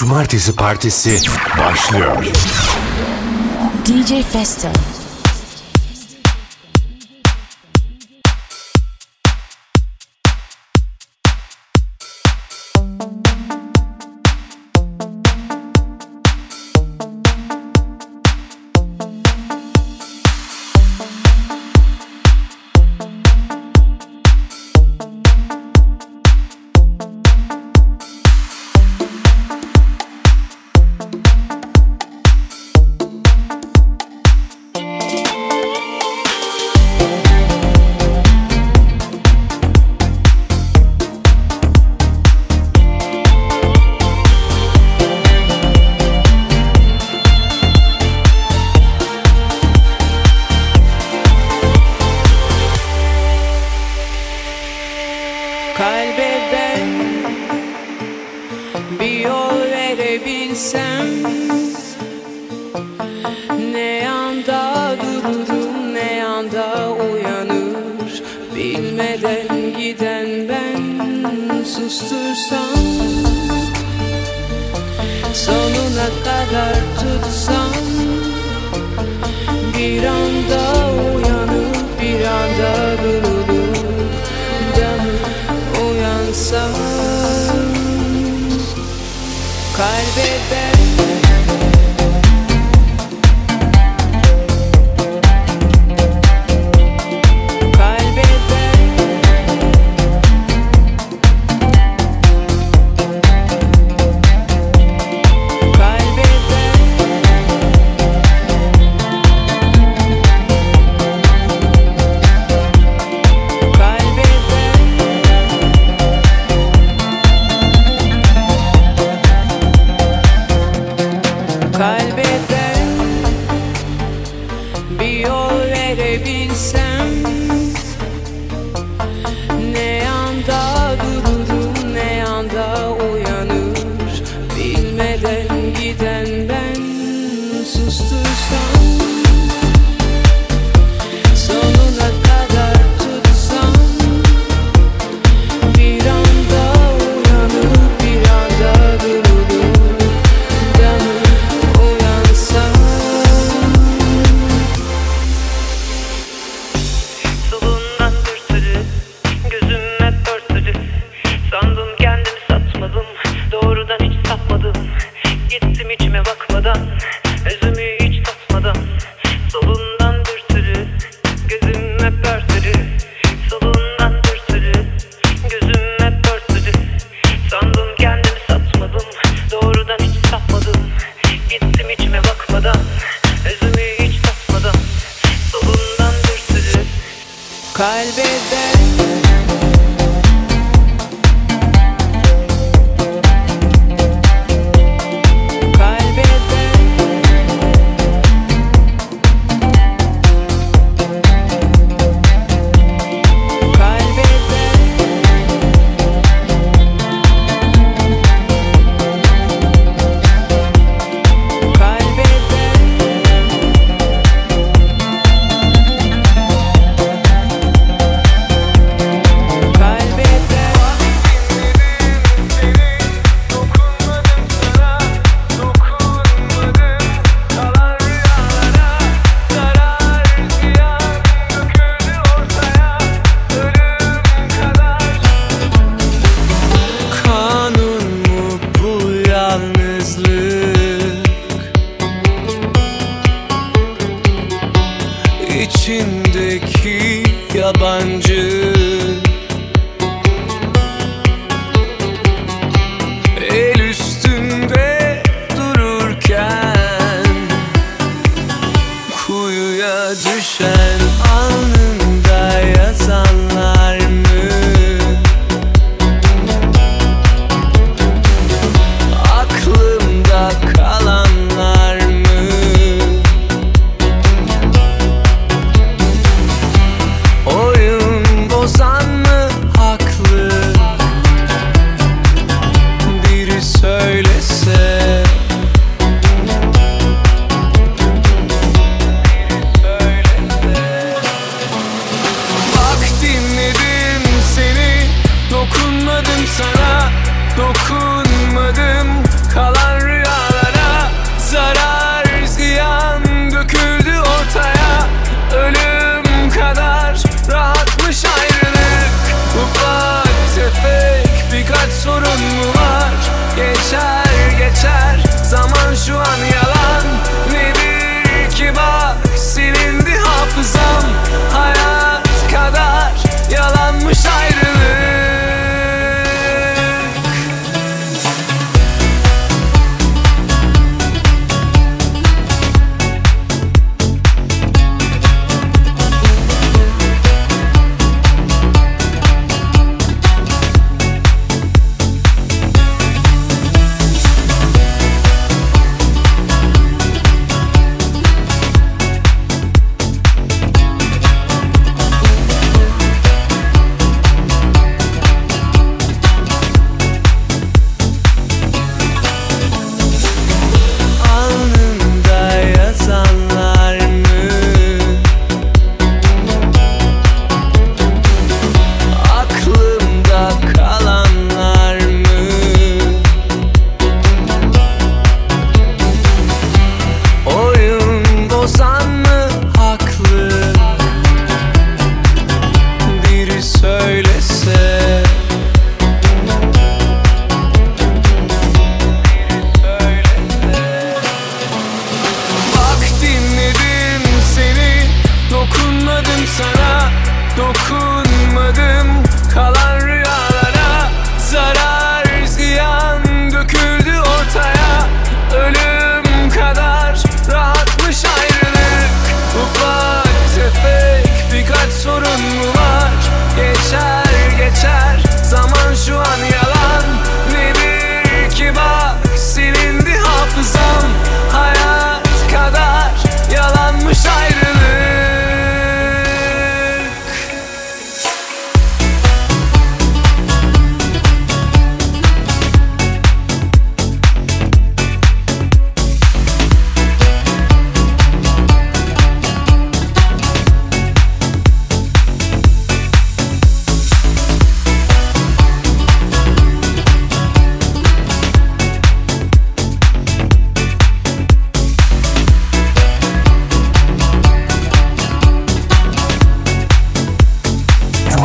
Cumartesi Partisi başlıyor. DJ Festo.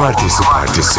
Cumartesi Partisi.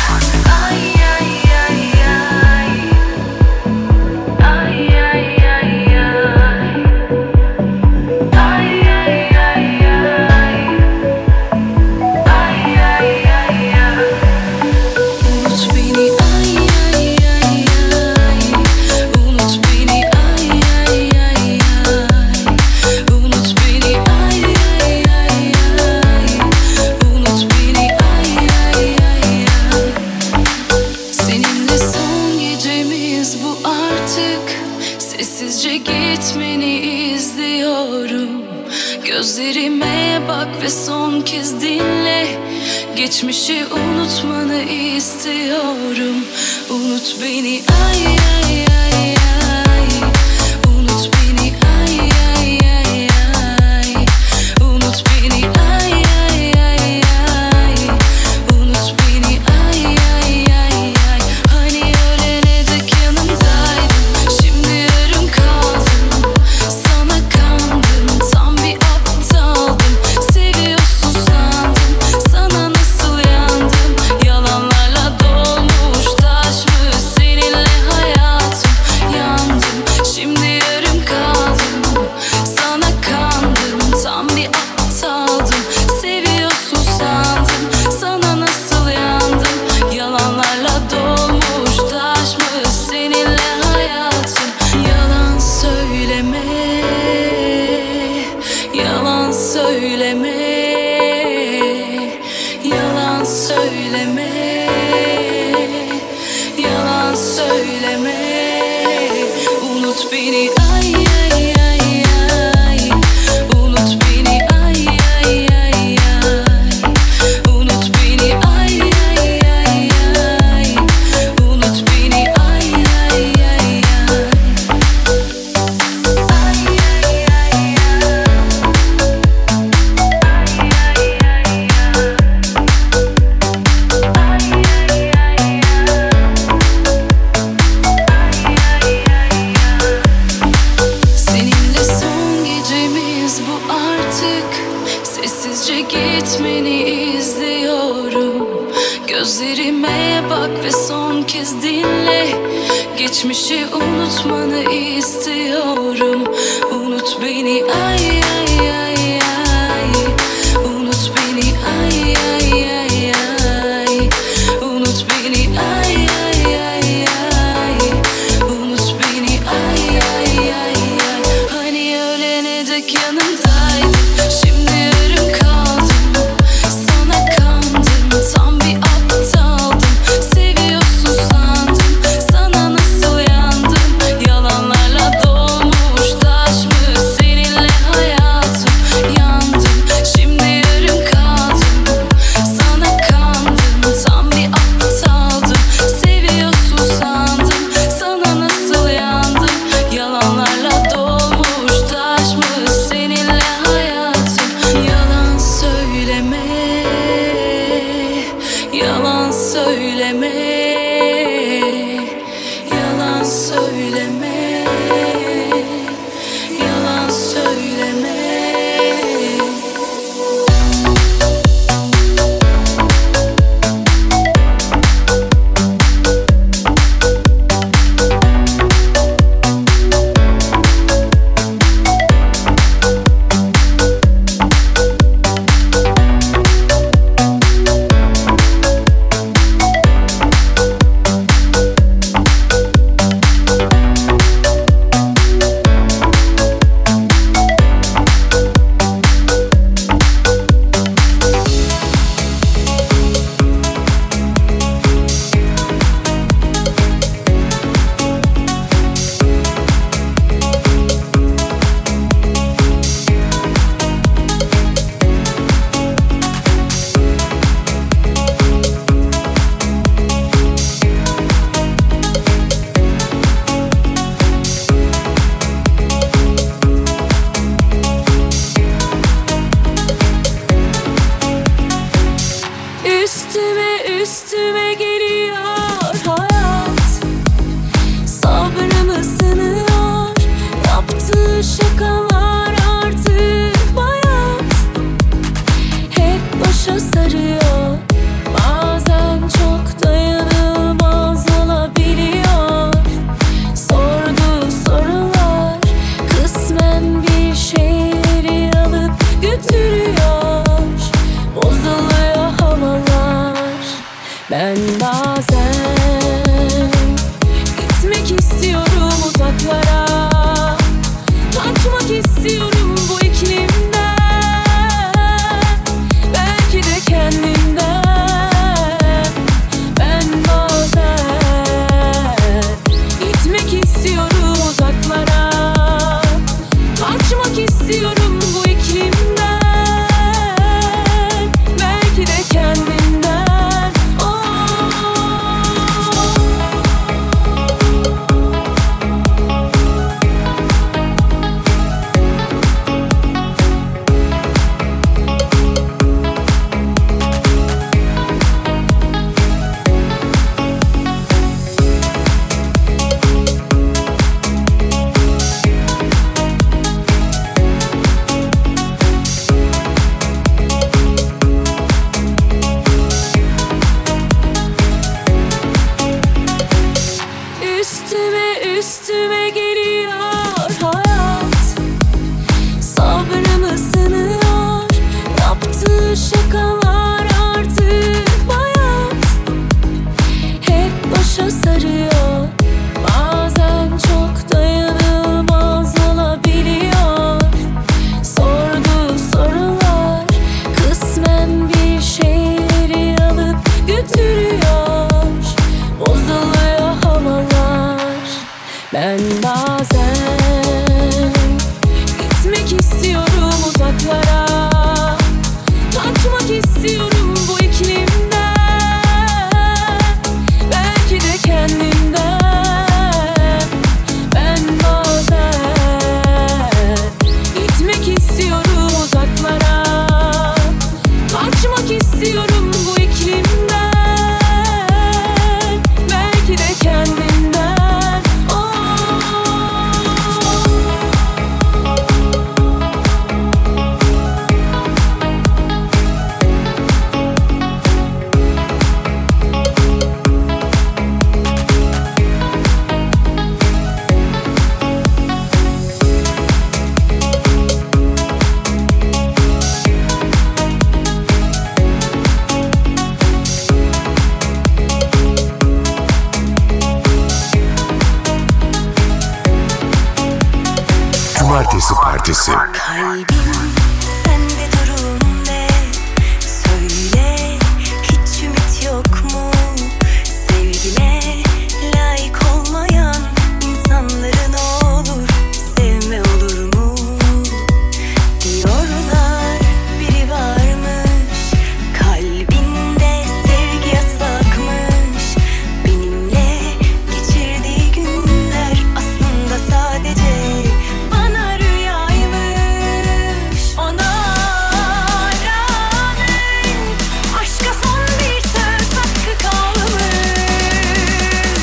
Gözlerime bak ve son kez dinle. Geçmişi unutmanı istiyorum. Unut beni ay ay ay ay. Unut beni ay ay ay ay. Unut beni ay ay ay ay. Unut beni ay ay ay ay. Hani ölene dek yanımdaydın, şimdi yarım kaldım. Sana kandım, tam bir aptaldım. Seviyorsun sandım, sana nasıl yandım. Yalanlarla dolmuş taşmış seninle hayatım. Yandım, şimdi yarım kaldım. Sana kandım, tam bir aptaldım. Seviyorsun sandım, sana nasıl yandım. Yalanlarla dolmuş taşmış seninle hayatım. Yalan söyleme, yalan söyleme, yalan söyleme, yalan söyleme. Unut beni ay ay ay ay. Unut beni ay ay ay ay. Unut beni ay ay ay ay. Unut beni ay ay ay ay. Seninle son gecemiz bu artık. Sessizce gitmeni izliyorum. Gözlerime bak ve son kez dinle. Geçmişi unutmanı istiyorum. Unut beni ay ay ay ay. Unut beni ay ay ay ay. Unut beni ay ay ay ay. Unut beni ay ay ay ay. Hani ölene dek yanımdaydın, şimdi yarım kaldım. Sana kandım, tam bir aptaldım. Seviyorsun sandım, sana nasıl yandım. Yalanlarla dolmuş taşmış seninle hayatım. Ben bazen gitmek istiyorum uzaklara, kaçmak istiyorum bu iklimden, belki de kendimden. Ben bazen gitmek istiyorum uzaklara, kaçmak istiyorum bu iklimden, belki de kendimden. Cumartesi Partisi. Kalbim sende durum ne? Söyle, hiç ümit yok mu? Sevgine layık olmayan insanları ne olur sevme olur mu? Diyorlar biri varmış, kalbinde sevgi yasakmış. Benimle geçirdiği günler aslında sadece bana rüyaymış. Ona rağmen aşka son bir söz hakkı kalmış.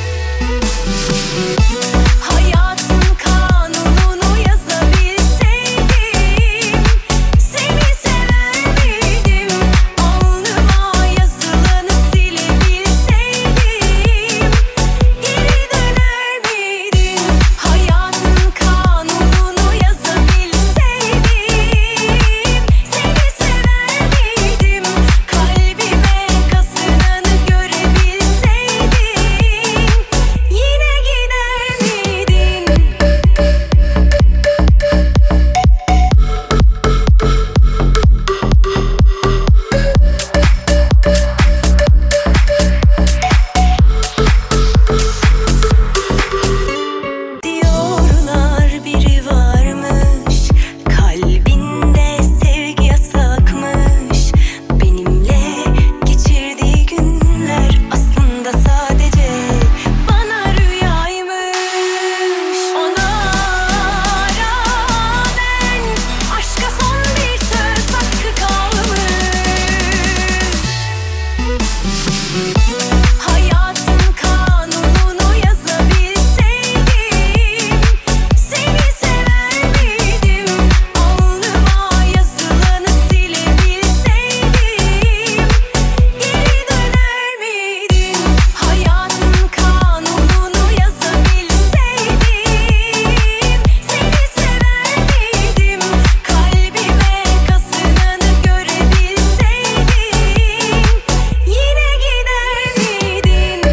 Hayatın kanununu yazabilseydim, seni sever miydim? Alnıma yazılanı silebilseydim, geri döner miydin? Hayatın kanununu yazabilseydim, seni sever miydim? Kalbime kazınanı görebilseydim, yine gider miydin? Diyorlar biri varmış, kalbinde sevgi yasakmış. Benimle geçirdiği günler aslında sadece bana rüyaymış. Ona rağmen aşka son bir söz hakkı kalmış. Hayatın kanununu yazabilseydim, seni sever miydim? Alnıma yazılanı silebilseydim, geri döner miydin? Hayatın kanununu yazabilseydim, seni sever miydim? Kalbime kazınanı görebilseydim, yine gider miydin?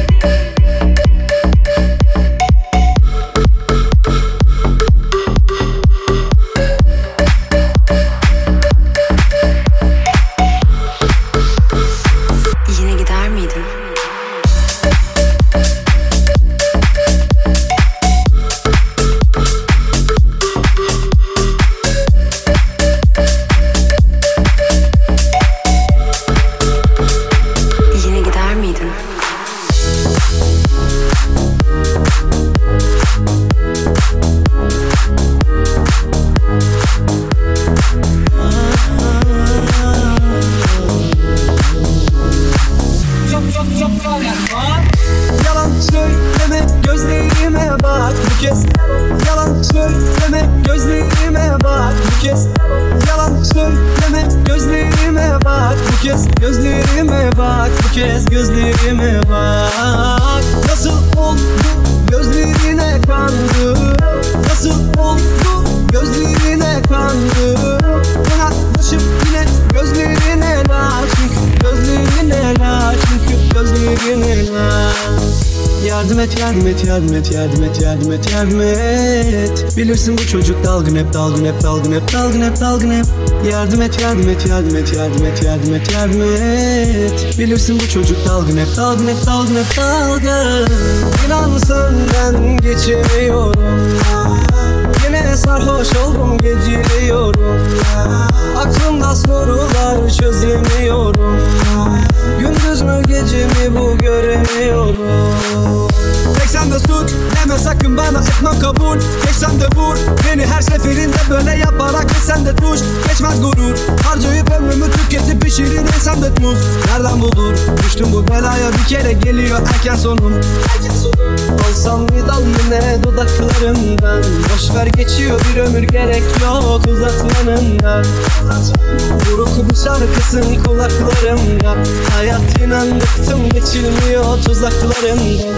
Yine gider miydin? Yine gider miydin? Yalan söyleme gözlerime bak bu kez. Yalan söyleme gözlerime bak bu kez. Yalan söyleme gözlerime bak bu kez. Gözlerime bak bu kez, gözlerime bak. Nasıl oldu gözlerine kandı? Nasıl oldu gözlerine kandı? Yaklaşıp yine gözlerine la, çünkü gözlerine la, çünkü gözlerine la. Yardım et yardım et, yardım et, yardım et, yardım et, yardım et. Bilirsin bu çocuk dalgın hep, dalgın hep, dalgın hep, dalgın hep, dalgın hep. Yardım et, yardım et, yardım et, yardım et, yardım et, yardım et. Bilirsin bu çocuk dalgın hep, dalgın hep, dalgın hep, dalgın. İnan senden geçemiyorum. Yine sarhoş oldum, geciliyorum. Aklımda sorular çözemiyorum. Gündüz mü gece mi bu göremiyorum. Tek sen de suç deme sakın bana, etmem kabul. Geçsem de vur beni her seferinde böyle yaparak, geçsen de tuş geçmez gurur. Harcayıp ömrümü tüketip pişirin ensem de tuz. Nereden bulur düştüm bu belaya, bir kere geliyor erken sonum. Olsam bir dal yine dudaklarımdan. Boşver geçiyor bir ömür, gerek yok uzatmanından. Buruk bir şarkısın kulaklarımda. Hayat inan bıktım, geçilmiyor tuzaklarından.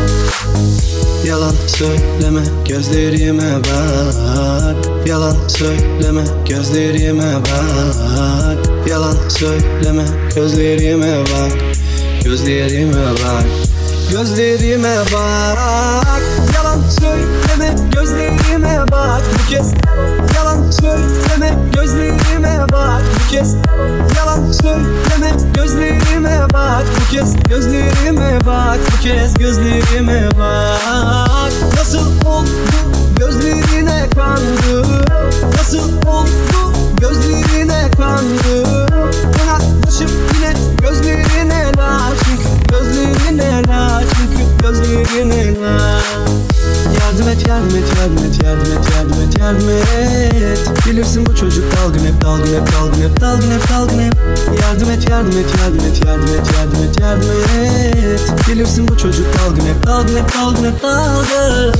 Yalan söyleme gözlerime bak. Yalan söyleme gözlerime bak. Yalan söyleme gözlerime bak. Gözlerime bak. Gözlerime bak. Yalan söyleme gözlerime bak bu kez. Yalan söyleme gözlerime bak bu kez. Yalan söyleme gözlerime bak bu kez. Gözlerime bak bu kez, gözlerime bak. Nasıl oldu gözlerine kandım. Nasıl oldu gözlerine kandım. Yanaklaşıp yine gözlerine la. Çünkü gözlerine la. Çünkü gözlerine la. Yardım et, yardım et, yardım et, yardım et, yardım et, yardım et. Bilirsin bu çocuk dalgın hep, dalgın hep, dalgın hep, dalgın hep, dalgın hep. Yardım et, yardım et, yardım et, yardım et, yardım et, yardım et. Bilirsin bu çocuk dalgın hep, dalgın hep, dalgın hep, dalgın.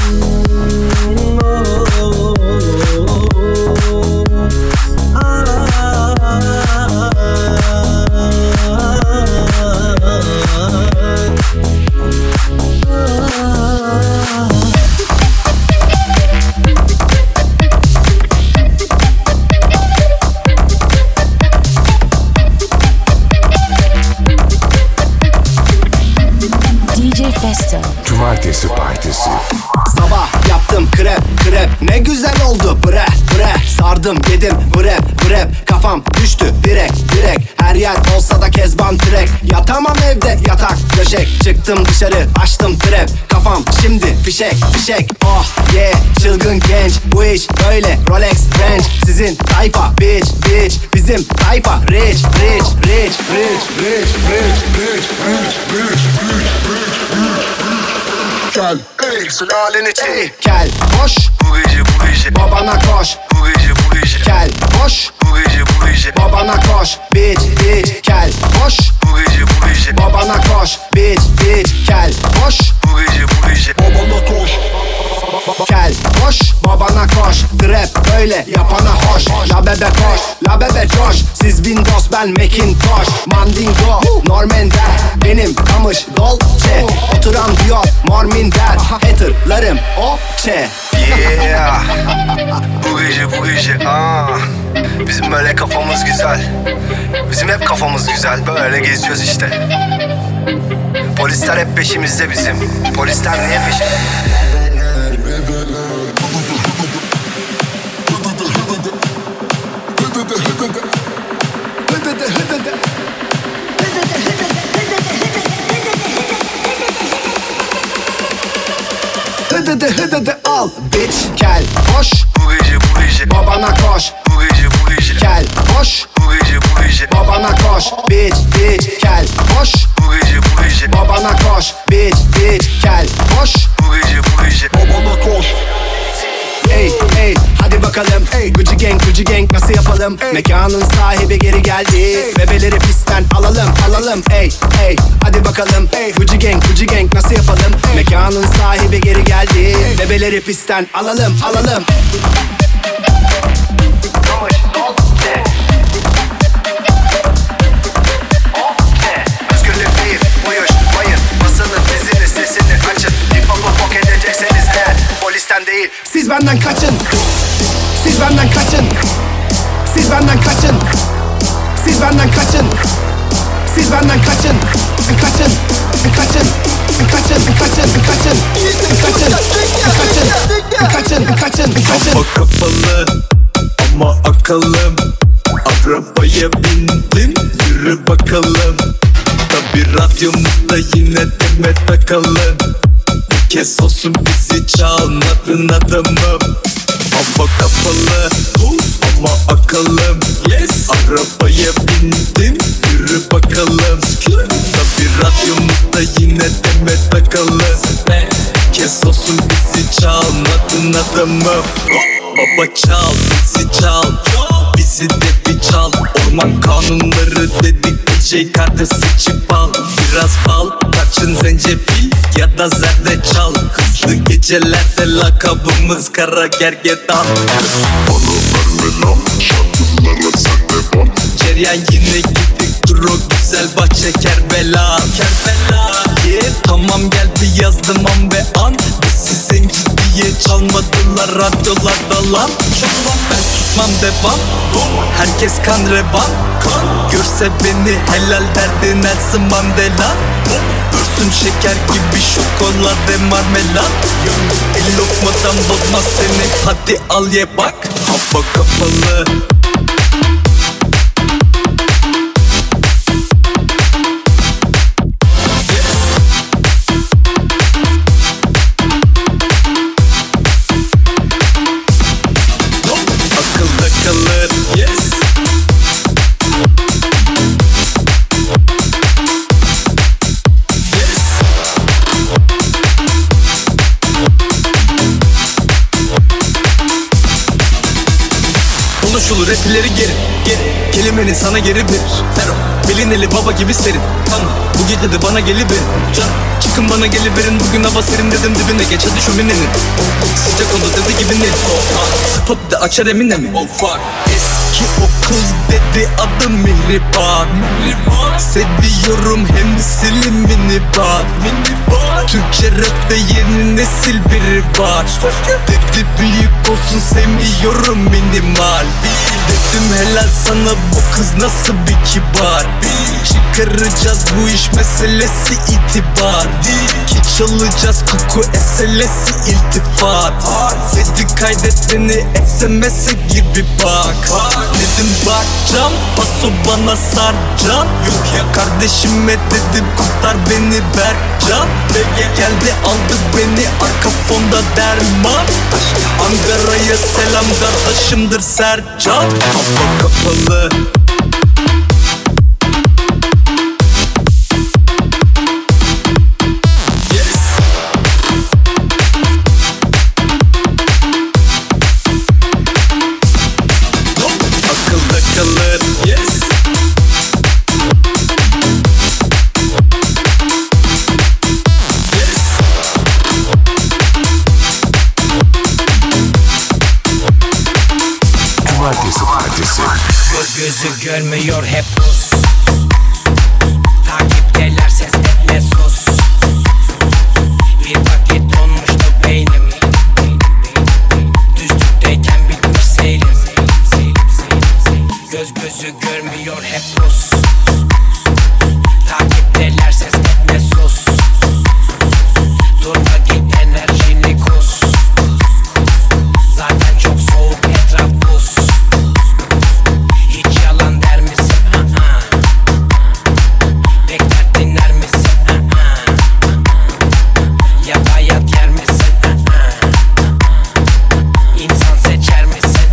Cumartesi Partisi. Sabah yaptım krep krep, ne güzel oldu bre bre. Sardım yedim vrep vrep, kafam düştü direkt direkt. Her yer olsa da kezban trek. Yatamam evde yatak döşek. Çıktım dışarı açtım trap. Kafam şimdi fişek fişek. Oh yeah çılgın genç, bu iş böyle Rolex Range. Sizin tayfa bitch bitch, bizim tayfa rich rich rich rich rich rich rich rich rich. Gel, ey sülaleni çek. Gel, boş. Bu gece bu gece. Babana koş. Bu gece bu gece. Gel, boş. Bu gece bu gece. Babana koş. Bitch bitch. Gel, boş. Bu gece bu gece. Babana koş. Bitch bitch. Gel, boş. Bu gece bu gece. Babana koş. Gel, boş. Babana koş. Trap böyle yapana hoş. La bebe koş. La bebe coş. Siz Windows ben Macintosh. Mandingo Normander. Benim kamış Dolce. Oturan diyor Morminder. Haterlarım okçe. Yeah. Bu gece bu gece bizim böyle kafamız güzel. Bizim hep kafamız güzel. Böyle geziyoruz işte. Polisler hep peşimizde bizim. Polisler niye peşimizde? Hıdıdı al bitch. Gel boş. Bu gece bu gece. Babana koş. Bu gece bu gece. Gel boş. Bu gece bu gece. Babana koş. Bitch bitch. Gel boş. Bu gece bu gece. Babana koş. Bitch bitch. Gel boş. Bu gece bu gece. Babana koş. Ey ey hadi bakalım ey. Gucci gang nasıl yapalım ey. Mekanın sahibi geri geldi ey. Bebeleri pistten alalım alalım ey ey. Hadi bakalım ey. Gucci gang nasıl yapalım ey. Mekanın sahibi geri geldi ey. Bebeleri pistten alalım alalım. Özgürlük değil, uyuşmayın. Basının dizini sesini açın. Hip hop'u bok edecekseniz eğer polisten değil. Siz benden kaçın. Siz benden kaçın. Siz benden kaçın. Siz benden kaçın. Siz benden kaçın. Kaçın. Kaçın. Kaçın. Kaçın. Kaçın. Kaçın. Kaçın. Kaçın. Ama kapalı ama akıllım. Arabaya bindim, yürü bakalım. Tabi radyomuzda yine Demet Akalın. Bir kez olsun bizi çalmadın adamım. Ama kapalı ama akıllım. Yes. Arabaya bindim, yürü bakalım. Tabi radyomuzda yine Demet Akalın. Bir kez olsun bizi çalmadın adamım. Baba çal, bizi çal. Bizi de bir çal. Orman kanunları dedik DJ kartı seçip al. Biraz bal, kaçın zencefil ya da zerdeçal. Hızlı gecelerde lakabımız kara gergedan. Bana verme lan, şarkılara sen de bak. Ceryan yine gittik duru güzel bahçe Kerbela. Kerbela yeah. Tamam gel bir yazdım an ve an. Bizi zenci diye çalmadılar radyolarda lan. Ben susmam devam. Herkes kan revan. Görse beni helal derdi Nelson Mandela. Görsün şeker gibi şokolade marmelat. El lokmadan bozmaz seni, hadi al ye bak. Hava kapalı. Akılda kalır, yes. Konuşulur rapleri geri, geri. Kelimeni sana geri verir Fero, bilineli baba gibi serin. Tamam, bu gece de bana geliverin. Can, çıkın bana geliverin. Bugün hava serin dedim dibine geç hadi şöminenin. Sıcak oldu dedi gibi ne? Spot de açar Emine mi? Eski o kız dedi adım Mihriban. Seviyorum hem silimini bak. Türkçe rapte yeni nesil biri var. Dedi büyük olsun sevmiyorum minimal. Dedim helal sana bu kız nasıl bir kibar. Çıkaracağız bu iş meselesi itibar. Ki çalacağız koku eselesi iltifat. Dedi kaydet beni SMS'e gir bir bak. Dedim bakcam paso bana sarcan. Yok ya kardeşime dedim kurtar beni Berkcan. Geldi aldı beni arka fonda derman. Ankara'ya selam kardeşimdir Sercan. Hava kapalı. Akılda kalır, yes. Cumartesi partisi. Göz gözü görmüyor hep Rus. Takipteler ses etme sus. Bir vakit donmuştu beynim. Düzlükteyken bitmiş seyrim. Göz gözü görmüyor hep Rus. Takipteler ses etme sus. Durma git enerjini kus. Zaten çok soğuk etraf buz. Hiç yalan der misin? Bekler dinler misin? Ya bayat yer misin? İnsan seçer misin?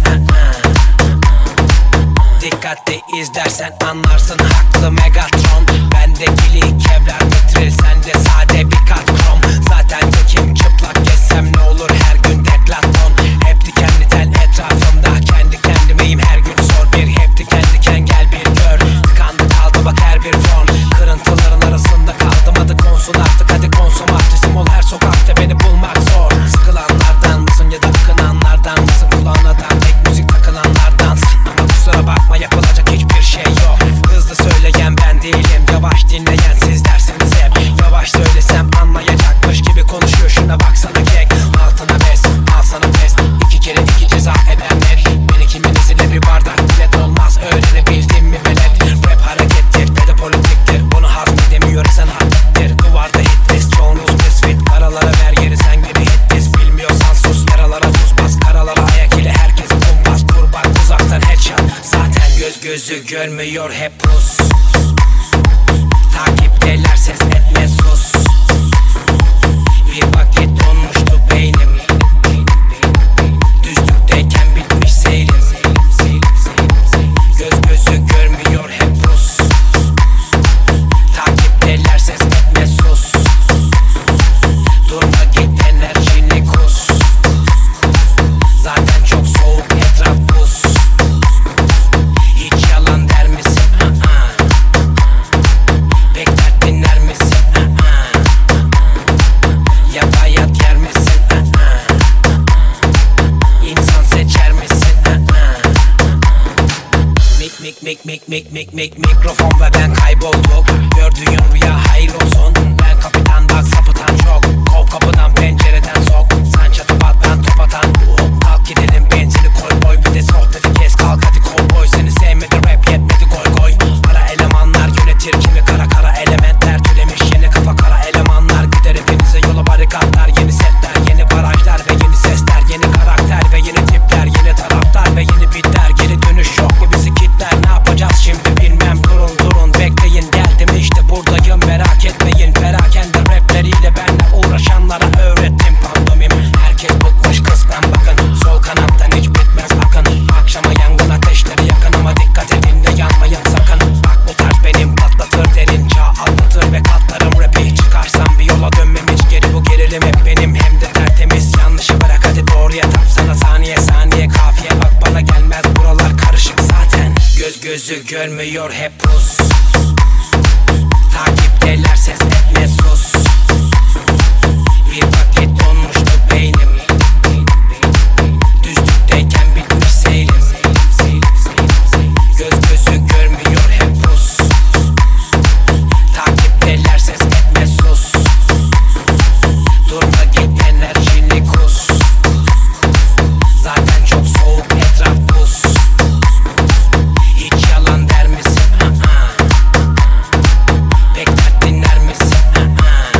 Dikkatli izlersen anlarsın haklı Megatron. Bendekili kevlar mitril, sende sade bir kat krom. Zaten gökim çıplak gezsem ne olur her gün deklaton. Hep dikenli tel etrafımda, kendi kendimeyim her gün sor bir. Hep diken diken gel bir gör. Tıkandı kaldı bak her bir fon. Kırıntıların arasında kaldım adı konsun artık hadi konsum artistim ol her sokakta beni bulmak zor. Sıkılanlardan mısın ya da akınanlardan mısın? Kulağınadan tek müzik takılanlardan. Ama kusura bakma yapılacak hiçbir şey yok. Hızlı söyleyen ben değilim, yavaş dinleyen siz dersiniz. gözü görmüyor hep pus. Takipteler ses etme sus. Bir vakit donmuştu beynim. Düzlükteyken bitmiş seyrim. Göz gözü görmüyor hep pus. Takipteler ses etme sus. Durma git enerjini kus. Zaten çok soğuk etraf buz. Hiç yalan der misin? Bekler dinler misin? Ya da yat yer misin? İnsan seçer misin? Mikrofon ve ben kaybolduk. Gördüğün rüya hayır olsun. Ben kapitan bak sapıtan çok. Kov kapıdan pencereden sok. Sen çatı bat ben top atan. Kalk gidelim benzini koy boy. Bir de sohbeti kes kalk hadi kovboy. Seni sevmedi rap yetmedi goy goy. Ara elemanlar yönetir kimi kara kara elementler. Türemiş yeni kafa kara elemanlar. Gider hepinize yola barikatlar. Yeni setler yeni barajlar ve yeni sesler. Yeni karakter ve yeni tipler. Yeni taraftar ve yeni bitler. Geri dönüş yok mu bizi kitler? Ne yapacağız şimdi bilmem. Durun bekleyin geldim işte buradayım merak etmeyin. Perakende rapleriyle benle uğraşanlara öğrettim pandomim. Herkes bıkmış kısmen bakın. Sol kanattan hiç bitmez akın. Akşama yangın ateşleri yakın ama dikkat edin de yanmayın sakın. Bak bu tarz benim patlatır derin çağ atlatır ve katlarım rapi. Çıkarsam bir yola dönmem hiç geri bu gerilim hep benim hem de tertemiz. Yanlışı bırak hadi doğruya tapsana saniye saniye kafiye bak bana gelmez buralar karışık zaten. Göz gözü görmüyor hep pus. Takipteler ses etme sus. Bir vakit donmuştu beynim. Düzlükteyken bitmiş seyrim. Göz gözü görmüyor hep pus. Takipteler ses etme sus. Durma git enerjini kus. Zaten çok soğuk etraf buz. Hiç yalan der misin? Bekler dinler misin?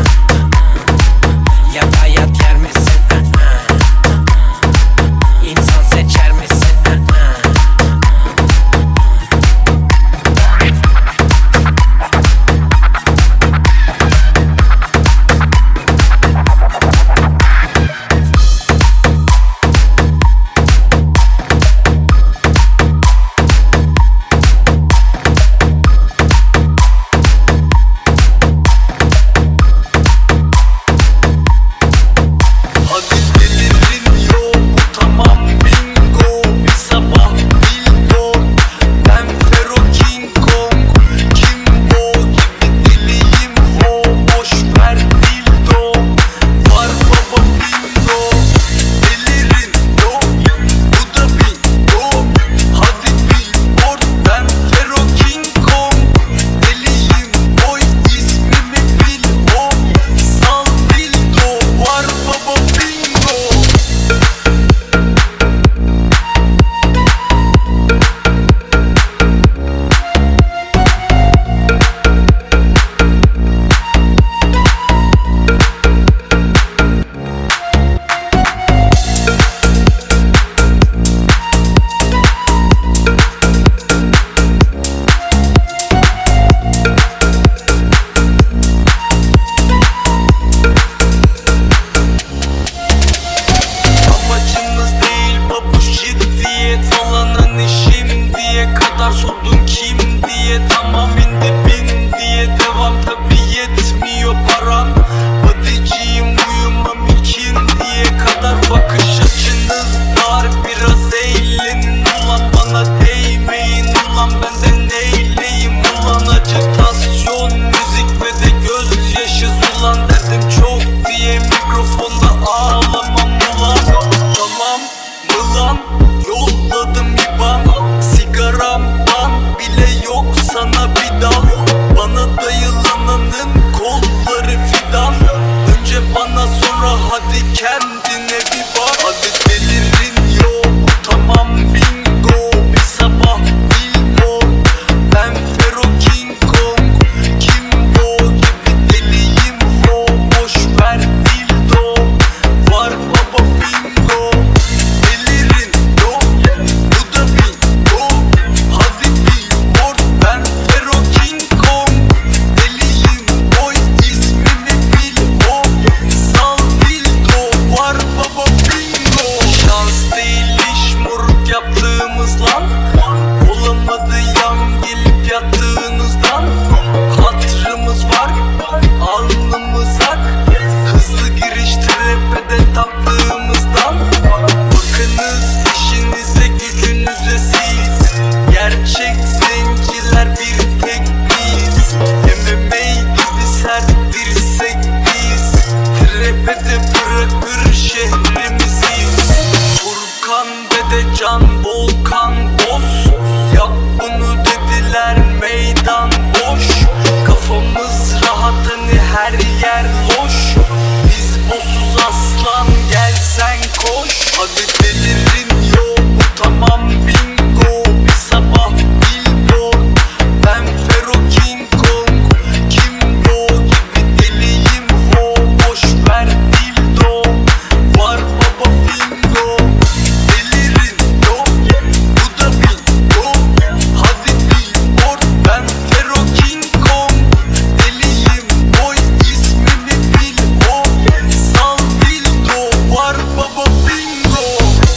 koş. Hadi delirin yok, bu tamam bingo. Bir sabah billboard, ben Fero King Kong. Kimbo gibi deliyim ho, boş ver dildo. Var baba fingo, delirin yok, bu da bingo. Hadi billboard, ben Fero King Kong. Deliyim boy, ismimi bil o. Sal dildo, var baba bingo.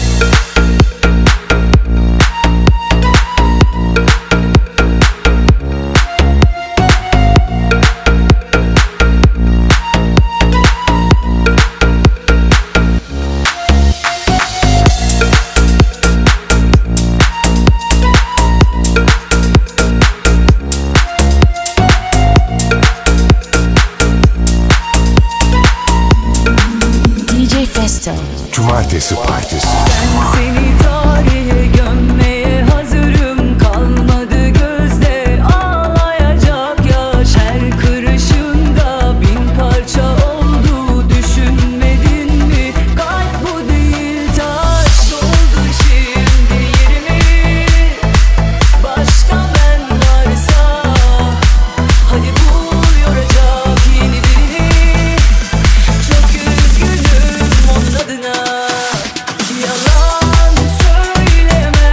DJ Festo. Cumartesi Partisi. Seni tarihe gömmeye hazırım. Kalmadı gözde ağlayacak yaş. Her kırışında bin parça oldu. Düşünmedin mi? Kalp bu değil taş. Doldur şimdi yerimi. Başka ben varsa hadi bul yoracak yeni birini. Çok üzgünüm onun adına. Yalan söyleme.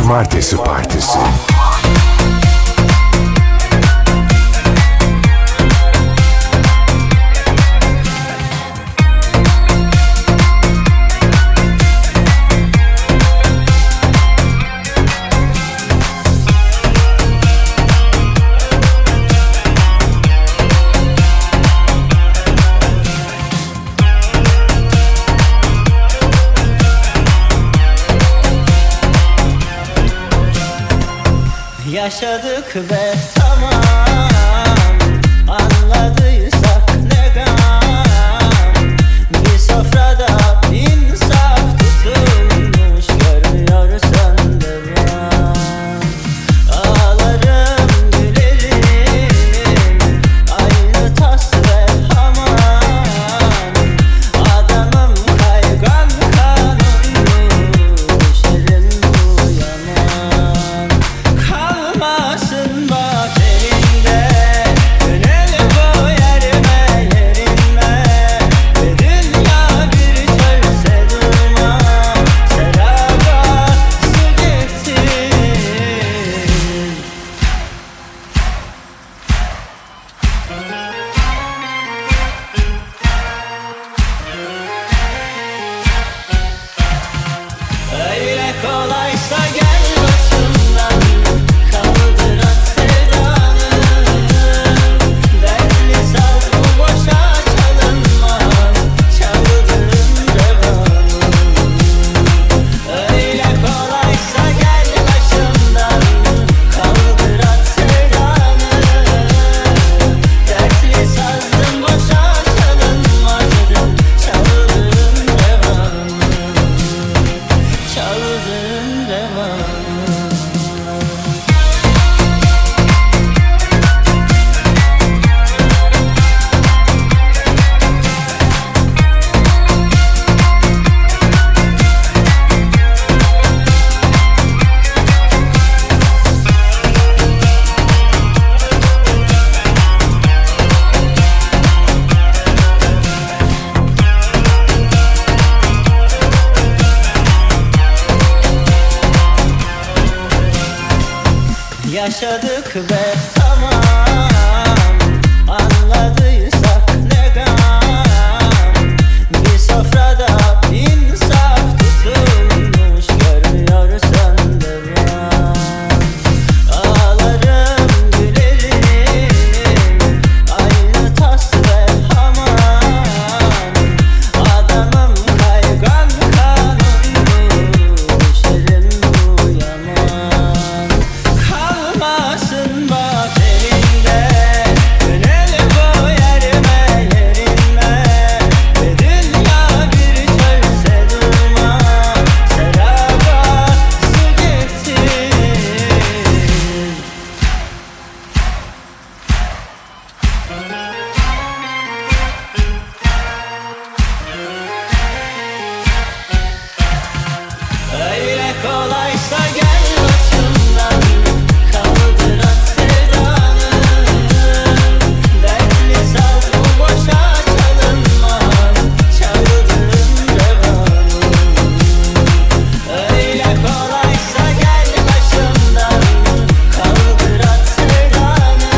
Cumartesi Partisi. Yaşadık ve tamam, anladıysak ne gam. Bir sofrada bin saf tutulmuş, görmüyorsan devam. Ağlarım gülerim, aynı tas ve hamam. Adamım kaygan kanunlu, düşerim bu yaman. Kalmasın bak elinde, gönül bu yerime yerinme. Ve dünya bir çölse durma, seraba su getir. Öyle kolaysa gel başımdan, kaldır at sevdanı. Dertli saz bu boşa çalınmaz, çaldırın devamı. Öyle kolaysa gel başımdan, kaldır at sevdanı. Dertli sazın boşa çalınmaz, çaldırın devamı. Çaldırın devamı. Yaşadık ve tamam, anladıysak ne gam. Bir sofrada bin saf tutulmuş, görmüyorsan devam. Ağlarım gülerim, aynı tas ve hamam. Adamım kaygan kanunlu, düşerim bu yaman. Kalmasın bak elinde, gönül bu yerime yerinme. Ve dünya bir çölse durma, seraba su getir. Öyle kolaysa gel başımdan, kaldır at sevdanı. Dertli saz bu boşa çalınmaz, çaldırın devamı. Öyle kolaysa gel başımdan, kaldır at sevdanı.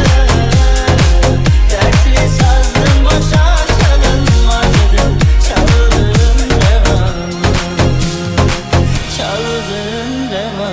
Dertli sazın boşa çalınmaz, çaldırın devamı. Çaldırın devamı.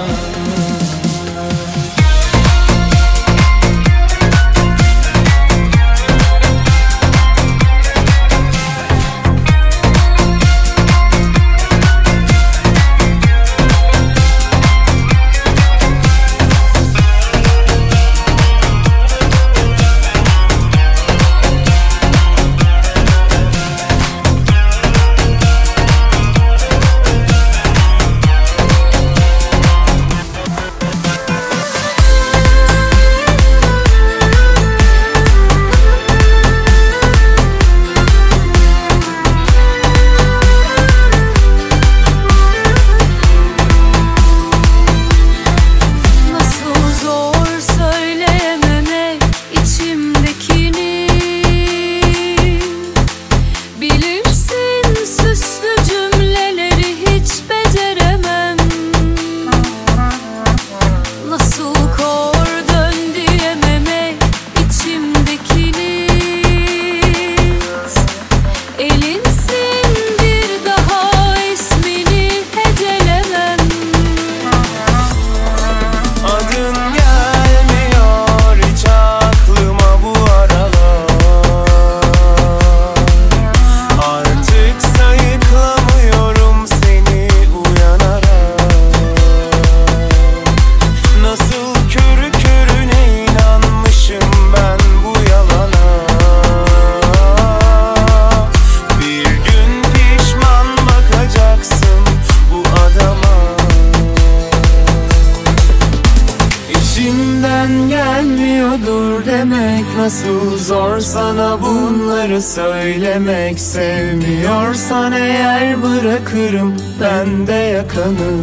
Zor sana bunları söylemek. Sevmiyorsan eğer bırakırım ben de yakanı.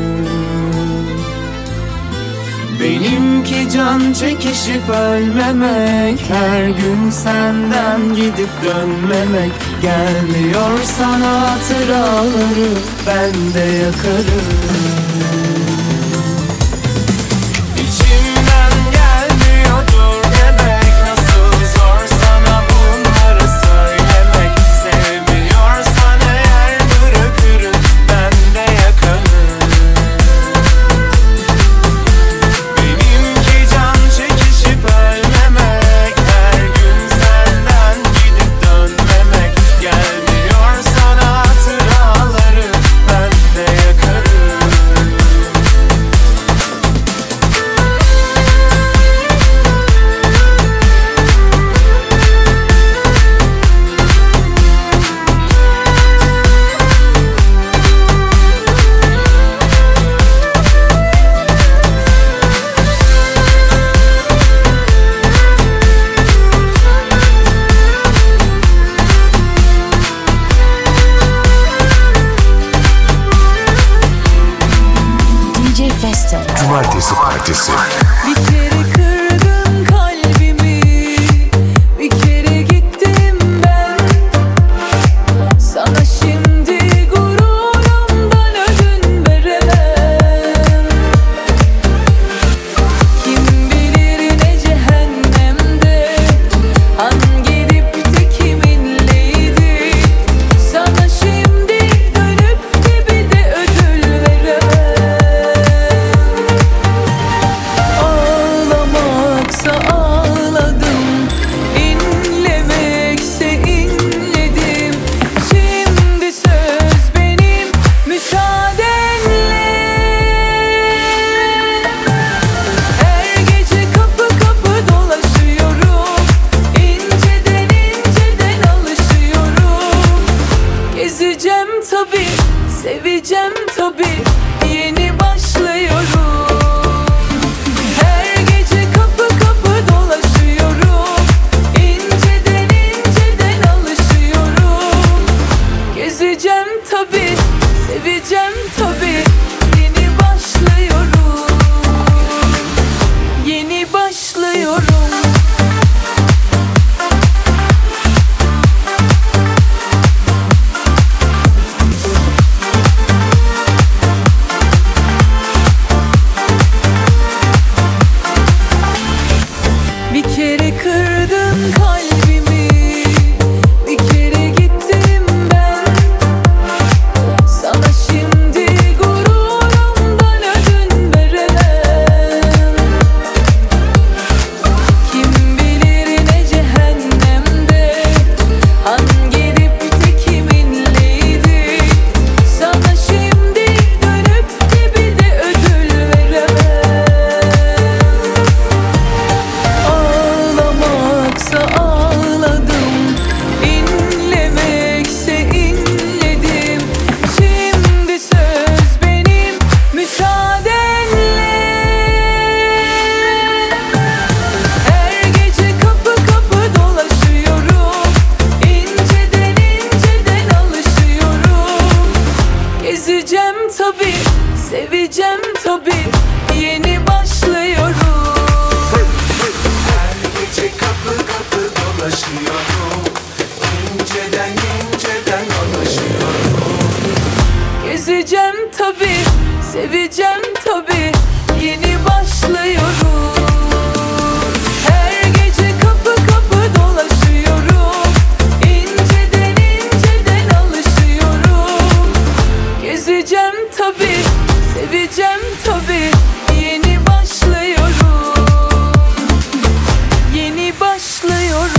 Benimki can çekişip ölmemek, her gün senden gidip dönmemek. Gelmiyor sana hatıraları ben de yakarım. İçimden gelmiyor dur demek. Nasıl zor sana bunları söylemek. Sevmiyorsan eğer bırakırım ben de yakanı. Benimki can çekişip ölmemek, her gün senden gidip dönmemek. Gelmiyor sana hatıraları ben de yakarım. DJ Festa. Cumartesi Partisi. Bir kere kırdın kalbimi, bir kere gittim ben. Sana şimdi gururumdan ödün veremem. Kim bilir ne cehennemde, hangi dipte kiminleydi. Sana şimdi dönüp de bir de ödül veremem. Ağlamaksa ağladım, inlemekse inledim. Şimdi söz benim, müsaadenle. Her gece kapı kapı dolaşıyorum, inceden inceden alışıyorum. Gezeceğim tabi, seveceğim tabi, yeni başlıyorum. Her gece kapı kapı dolaşıyorum, inceden inceden alışıyorum. Gezeceğim tabi, seveceğim tabi, yeni başlıyorum. Yeni başlıyorum. Bir kere kırdın kalbimi, bir kere gittim ben. Sana şimdi gururumdan ödün veremem. Kim bilir ne cehennemde, hangi dipte kiminleydi. Sana şimdi dönüp de bir de ödül veremem. Ağlamaksa ağladım, inlemekse inledim. Şimdi söz benim, müsaadenle. Her gece kapı kapı dolaşıyorum, inceden inceden alışıyorum. Gezeceğim tabi, seveceğim tabi, yeni başlıyorum. Her gece kapı kapı dolaşıyorum, inceden inceden alışıyorum. Gezeceğim tabi, seveceğim tabi, yeni başlıyorum. Her gece kapı kapı dolaşıyorum, inceden inceden alışıyorum. Gezeceğim tabi, seveceğim tabi, yeni başlıyorum. Yeni başlıyorum.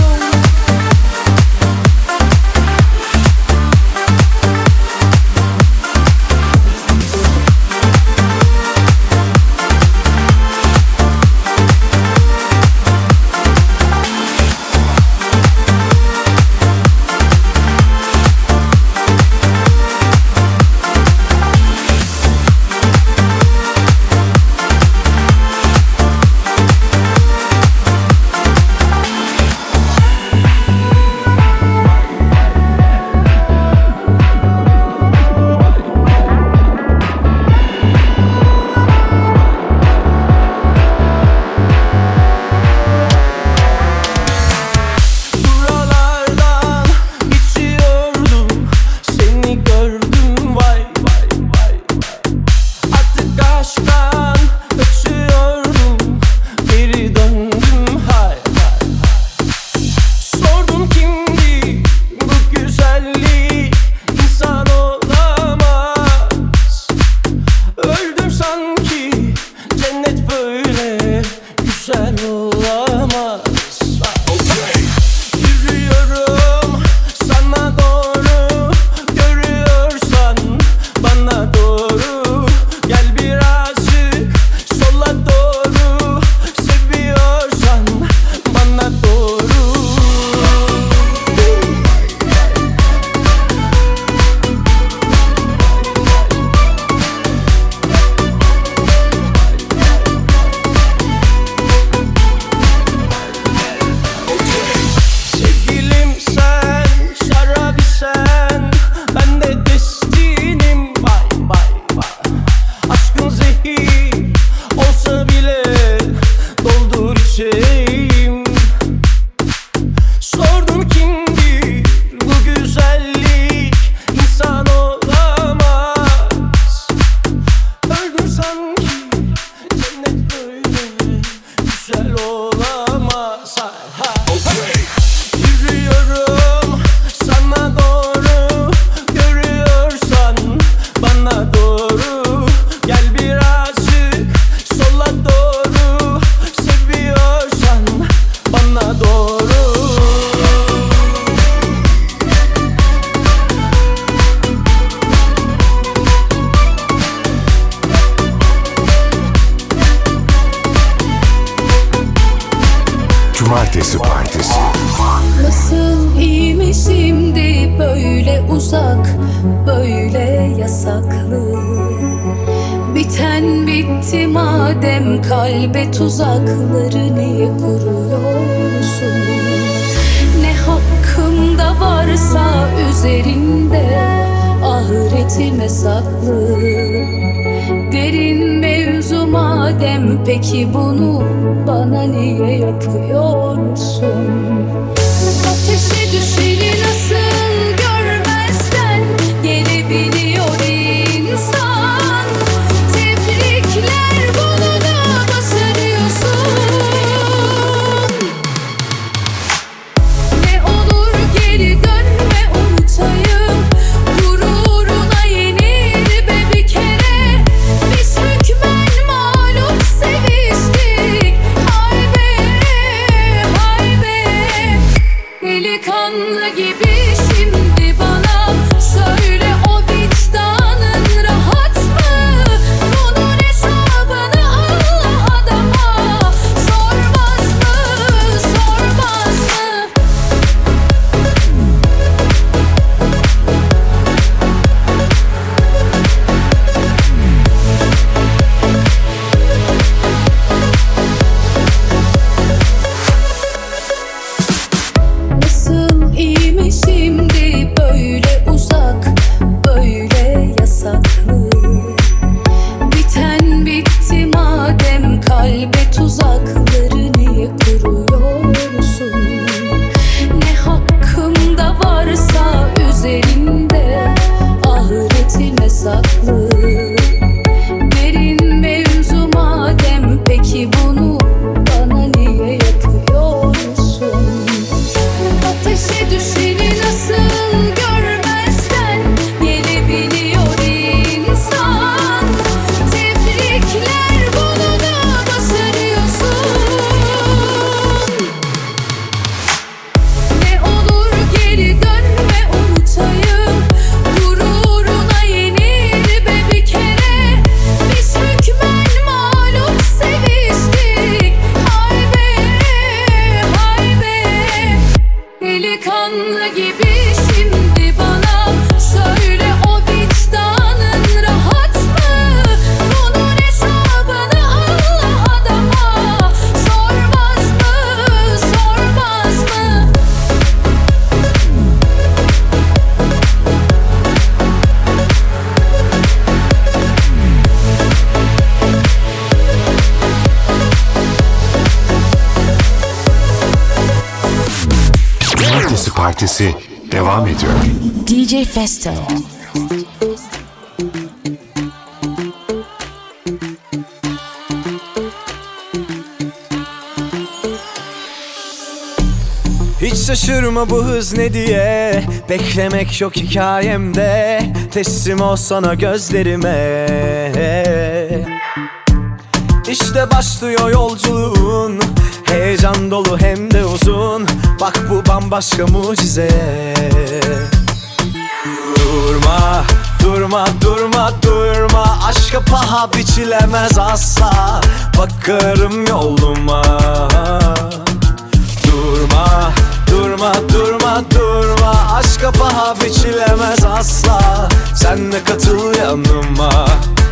Cumartesi Partisi. Nasıl iyi mi şimdi böyle uzak, böyle yasaklı? Biten bitti madem kalbe tuzakları niye kuruyorsun? Ne hakkımda varsa üzerinde ahiretime saklı. Derin mevzu madem peki bunu bana niye yapıyorsun? Ateşe düşeni nasıl görmezden gelebiliyor insan? Tebrikler, bunu da başarıyorsun. Ne olur geri dönme, unutayım. Gururuna yenir be bir kere. Biz hükmen mağlup seviştik. Hay be, hay be. Delikanlı gibi şimdi bana söyle, o vicdanın rahat mı? Bunun hesabını Allah adama sormaz mı, sormaz mı? Nasıl iyi mi şimdi böyle uzak, böyle yasaklı? Biten bitti madem kalbe tuzakları niye kuruyorsun? Ne hakkımda varsa üzerinde ahiretime saklı. Derin mevzu madem peki bunu bana niye yapıyorsun? Ateşe düşeni nasıl görmezden gelebiliyor insan? Tebrikler, bunu da başarıyorsun. Ne olur geri dönme, unutayım. Gururuna yenir be bir kere. Biz hükmen mağlup seviştik. Hay be, hay be. Delikanlı gibi şimdi bana söyle, o vicdanın rahat mı? Bunun hesabını Allah adama sormaz mı, sormaz mı? Cumartesi Partisi devam ediyor. DJ Festo. Hiç şaşırma bu hız ne diye. Beklemek yok hikayemde. Teslim ol sana gözlerime. İşte başlıyor yolculuğun. Heyecan dolu hem de uzun. Bak bu bambaşka mucize. Durma, durma, durma, durma. Aşka paha biçilemez asla. Bakarım yoluma. Durma, durma, durma, durma. Aşka paha biçilemez asla. Sen de katıl yanıma.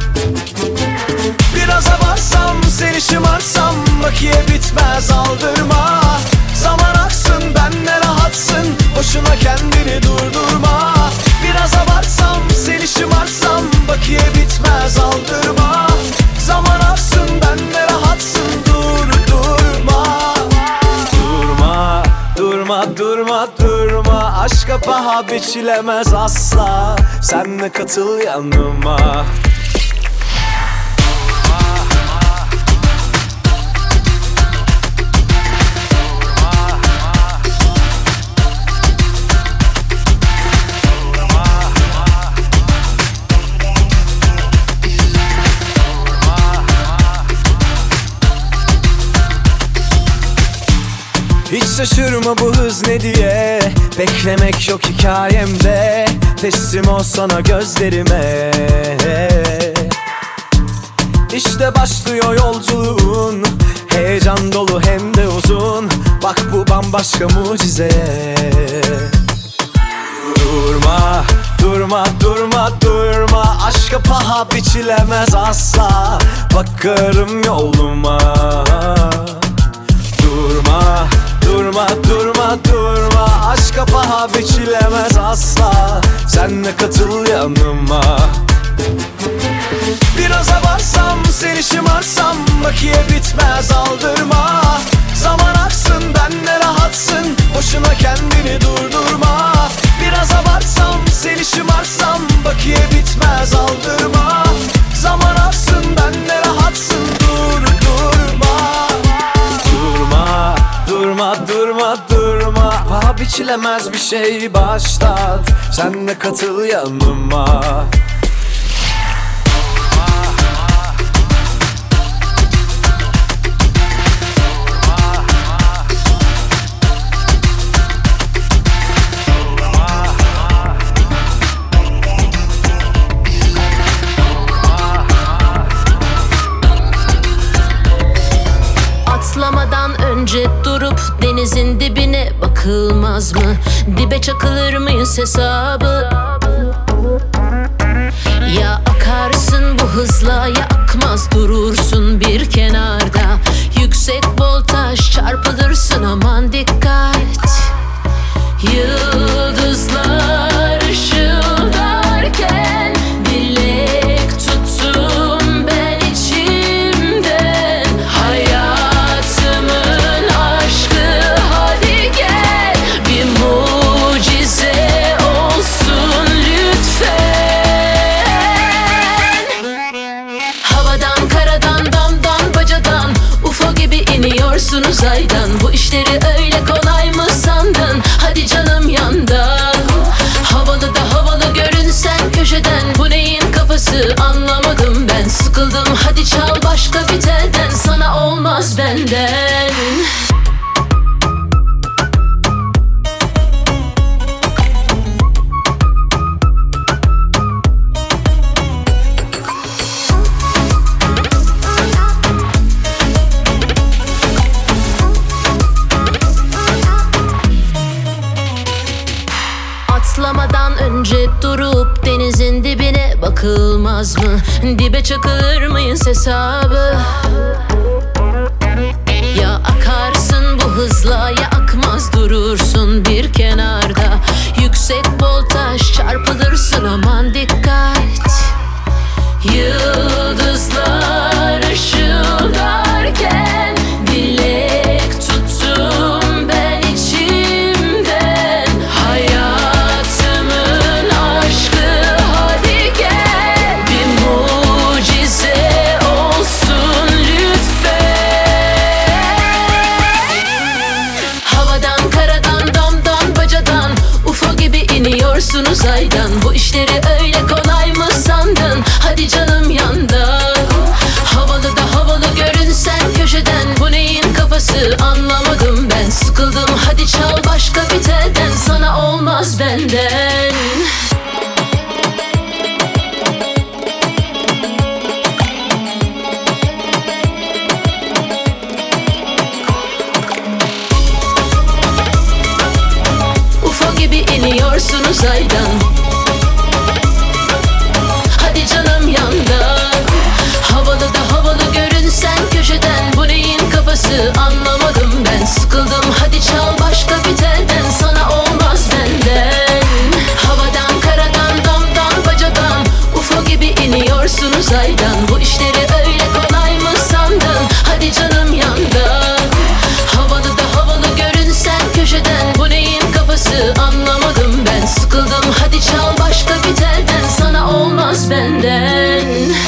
Biraz abarsam, seni şımarsam, bakiye bitmez aldırma. Zaman aksın, benle rahatsın, boşuna kendini durdurma. Biraz abarsam, seni şımarsam, bakiye bitmez aldırma. Zaman aksın, benle rahatsın, durdurma. Durma, durma, durma, durma. Aşka paha biçilemez asla. Sen de katıl yanıma. Hiç şaşırma bu hız ne diye. Beklemek yok hikayemde. Teslim ol sana gözlerime. İşte başlıyor yolculuğun. Heyecan dolu hem de uzun. Bak bu bambaşka mucizeye. Durma, durma, durma, durma. Aşka paha biçilemez asla. Bakarım yoluma. Durma, durma, durma, durma. Aşka paha biçilemez asla. Sen de katıl yanıma. Biraz abarsam, seni şımarsam, bakiye bitmez aldırma. Zaman aksın, ben de rahatsın, boşuna kendini durdurma. Biraz abarsam, seni şımarsam, bakiye bitmez aldırma. Zaman aksın, ben de rahatsın, durdurma. Durma, durma, durma, durma. Paha biçilemez bir şey başlat. Sen de katıl yanıma. Atlamadan önce durup denizin dibine bakılmaz mı? Dibe çakılır mıyız hesabı? Ya akarsın bu hızla ya akmaz durursun bir kenarda. Yüksek voltaj çarpılırsın, aman dikkat. Yıldızlar ışıldarken dilek tuttum ben içimden. Hayatımın aşkı hadi gel, bir mucize olsun lütfen. Havadan, karadan, damdan, bacadan, UFO gibi iniyorsun uzaydan. Bu işleri öyle kolay mı sandın? Hadi canım yandan. Havalı da havalı görünsen köşeden. Bu neyin kafası anlamadım ben. Sıkıldım, hadi çal başka bir telden. Sana olmaz benden. Atlamadan önce durup denizin dibine bakılmaz mı? Dibe çakılır mıyız hesabı? Ya akarsın bu hızla ya akmaz durursun bir kenarda. Yüksek voltaj çarpılırsın, aman dikkat. Yıldızlar ışıldarken dilek tuttum ben içimden. Hayatımın aşkı hadi gel, bir mucize olsun lütfen. Havadan, karadan, damdan, bacadan, UFO gibi iniyorsun uzaydan. Bu işleri öyle kolay mı sandın? Hadi canım yandan. Havalı da havalı görünsen köşeden. Bu neyin kafası anlamadım ben. Sıkıldım, hadi çal başka bir telden. Sana olmaz benden. UFO gibi iniyorsun uzaydan. Hadi canım yandan. Havalı da havalı görünsen köşeden. Bu neyin kafası anlamadım ben. Sıkıldım, hadi çal başka bir telden. Sana olmaz benden. Havadan, karadan, damdan, bacadan, UFO gibi iniyorsun uzaydan. Bu işleri öyle kolay mı sandın? Hadi canım yandan. Havalı da havalı görünsen köşeden. Bu neyin kafası anlamadım ben. Sıkıldım, hadi çal başka bir telden. Sana olmaz benden.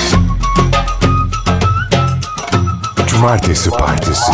Cumartesi Partisi.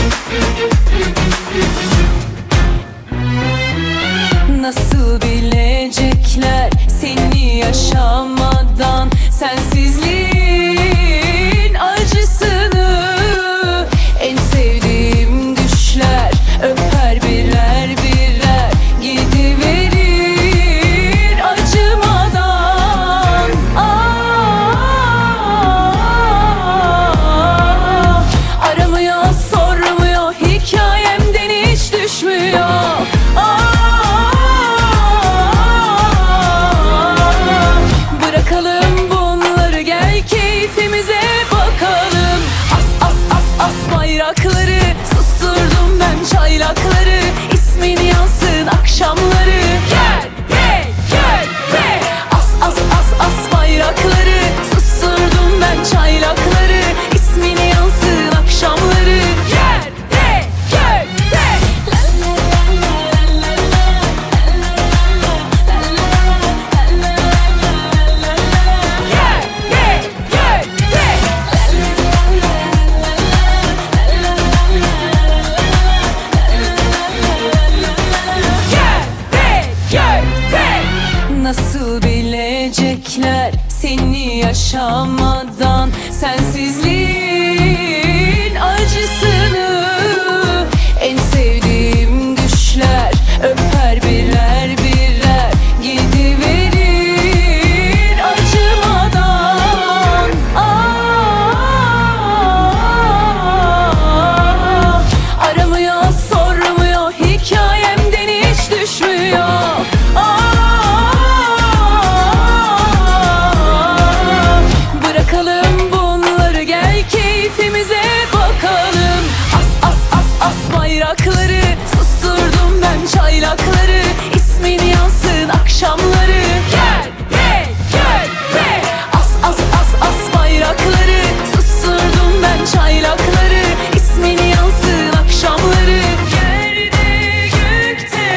Nasıl bile yaşamadan sensizliğin acısını. En sevdiğim düşler öper birer birer gidiverir acımadan. Aramıyor sormuyor hikayemden hiç düşmüyor. Bırakalım bunları gel keyfimize bakalım. As as as as bayrakları susturdum ben çaylakları. İsmin yansın akşamları. Gel hey gel hey. As as as as bayrakları susturdum ben çaylakları. İsmin yansın akşamları. Yerde gökte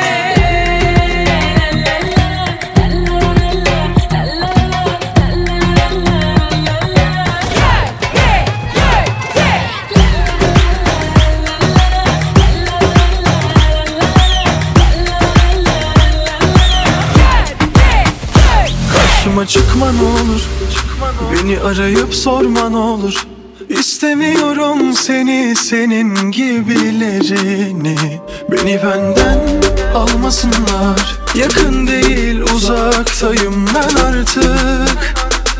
Karşıma çıkma ne olur, beni arayıp sorma ne olur. İstemiyorum seni, senin gibilerini. Beni benden almasınlar. Yakın değil uzaktayım ben artık.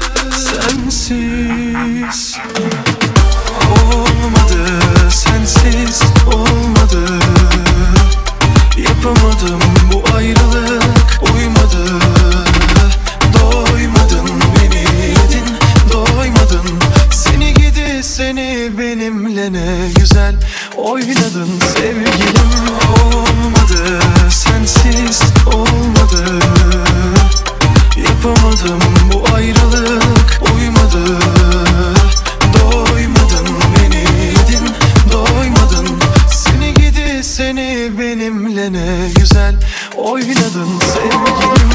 Sensiz olmadı, sensiz olmadı. Yapamadım bu ayrılık, uymadı. Doymadın beni yedin, doymadın. Seni gidi seni benimle ne güzel oynadın sevgilim. Olmadı, sensiz olmadı. Yapamadım bu ayrılık, uymadı. Doymadın beni yedin, doymadın. Seni gidi seni benimle ne güzel oynadın sevgilim.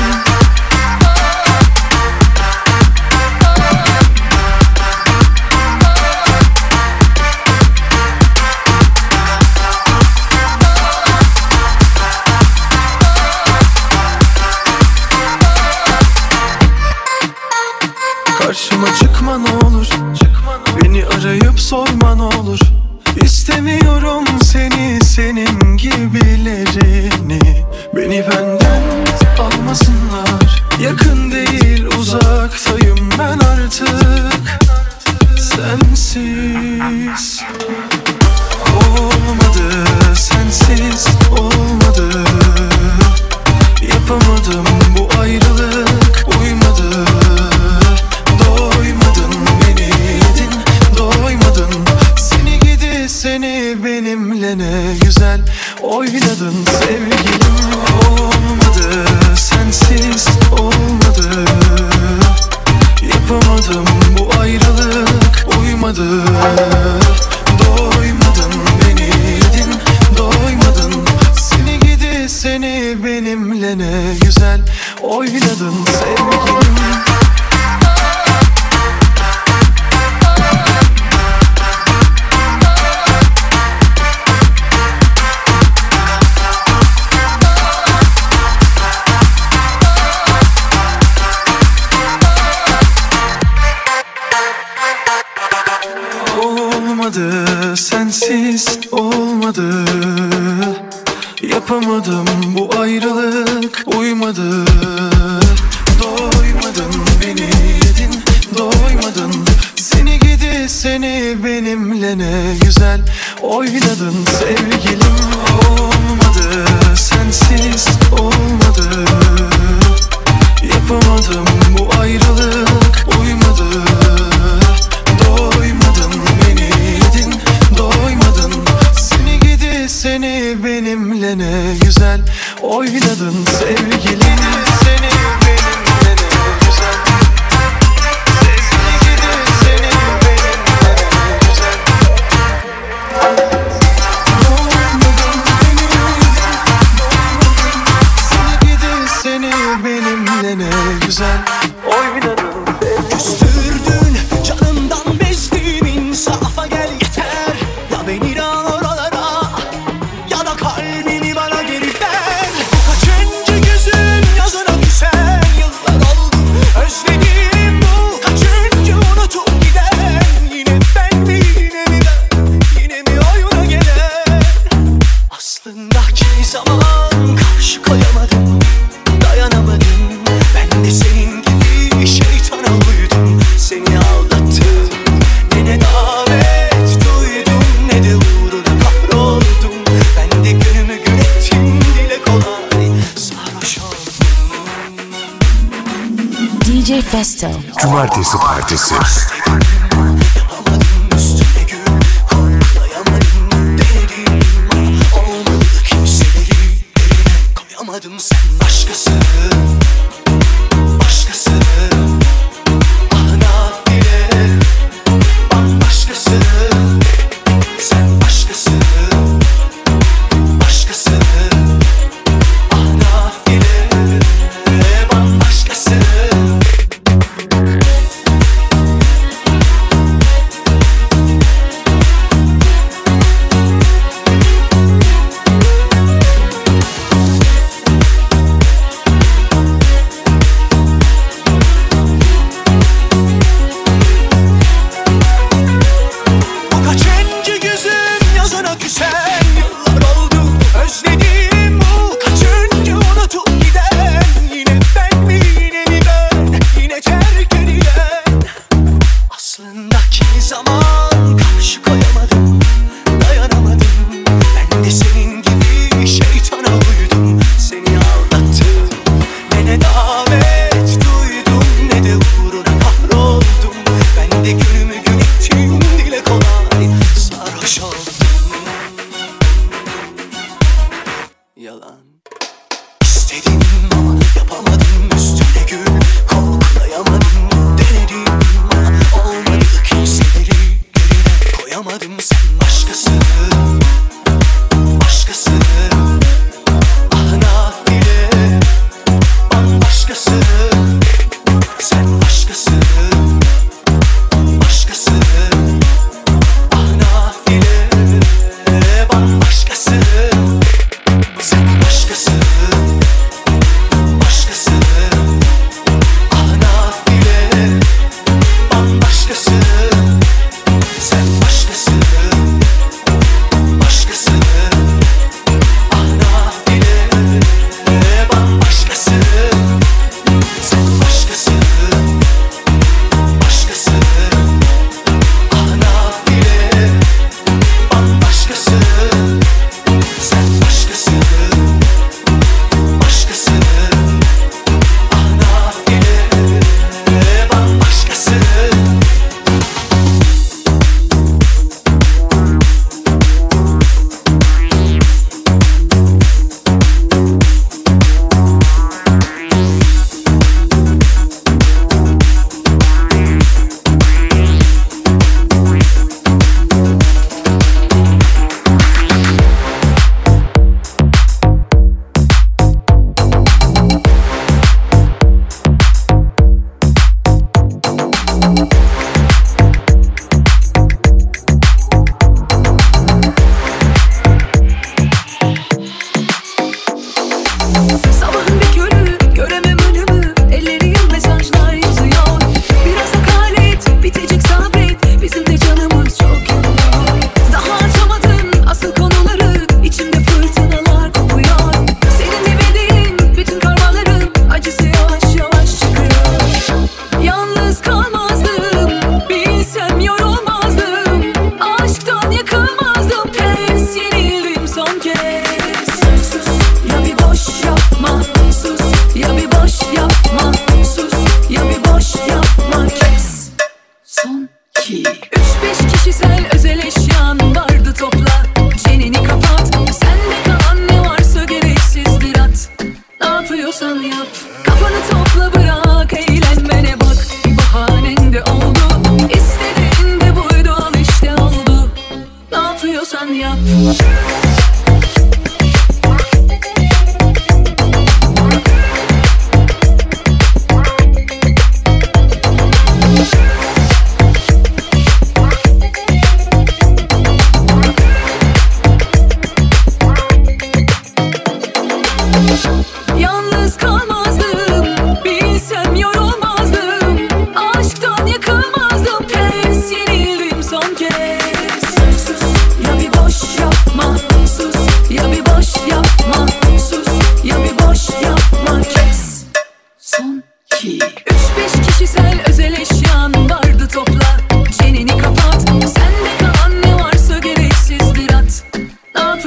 Karşıma çıkma ne olur, beni arayıp sorma ne olur. İstemiyorum seni, senin gibilerini. Beni benden almasınlar. Yakın değil uzaktayım ben artık. Sensiz olmadı, sensiz olmadı. Yapamadım bu ayrılık, uymadı. Doymadın beni yedin, doymadın. Seni gidi seni benimle ne güzel oynadın sevgilim. Olmadı, sensiz olmadı. Yapamadım bu ayrılık, uymadı. Doymadın beni yedin, doymadın. Seni gidi seni benimle ne güzel oynadın sevgilim. Olmadı, sensiz olmadı. Yapamadım bu ayrılık, uymadı. Doymadın beni yedin, doymadın. Seni gidi seni benimle ne güzel oynadın sevgilim. Olmadı, sensiz olmadı. Yapamadım bu ayrılık, uymadı. Doymadın beni yedin, doymadın. Seni gidi seni benimle ne güzel oynadın sevgilim. Seni benimle ne güzel. Seni gidi seni benimle ne güzel. Doymadın beni yedin, doymadın. Seni gidi seni benimle ne güzel oynadın. Küstürdün canımdan bezdim, insafa gel yeter. Ya beni oralara ya da kalbimi bana geri ver. Bu kaçıncı gözüm zaman karşı koyamadım, dayanamadım. Ben de senin gibi şeytana uydum, seni aldattım. Ne davet duydum ne de uğruna kahroldum. Ben de günümü gün ettim, dile kolay sarhoş oldum. DJ Festo. Cumartesi Partisi. Koyamadım sen başkası, başkası. Ah nafile, bambaşkası. Sen başkası, başkası. Ah nafile, bambaşkası. Yalan İstedim ama yapamadım, üstüne gül koklayamadım. Denedim ama olmadı, kimseleri yerine koyamadım. Sen başkası, başkası. Ah nafile, bambaşkası. Sen başkası, başkası. Ah nafile, bambaşkası. Sen başkası, başkası. Ah nafile,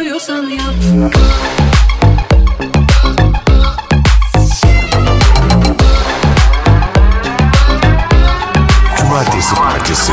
yapıyorsan yap. Cumartesi Partisi.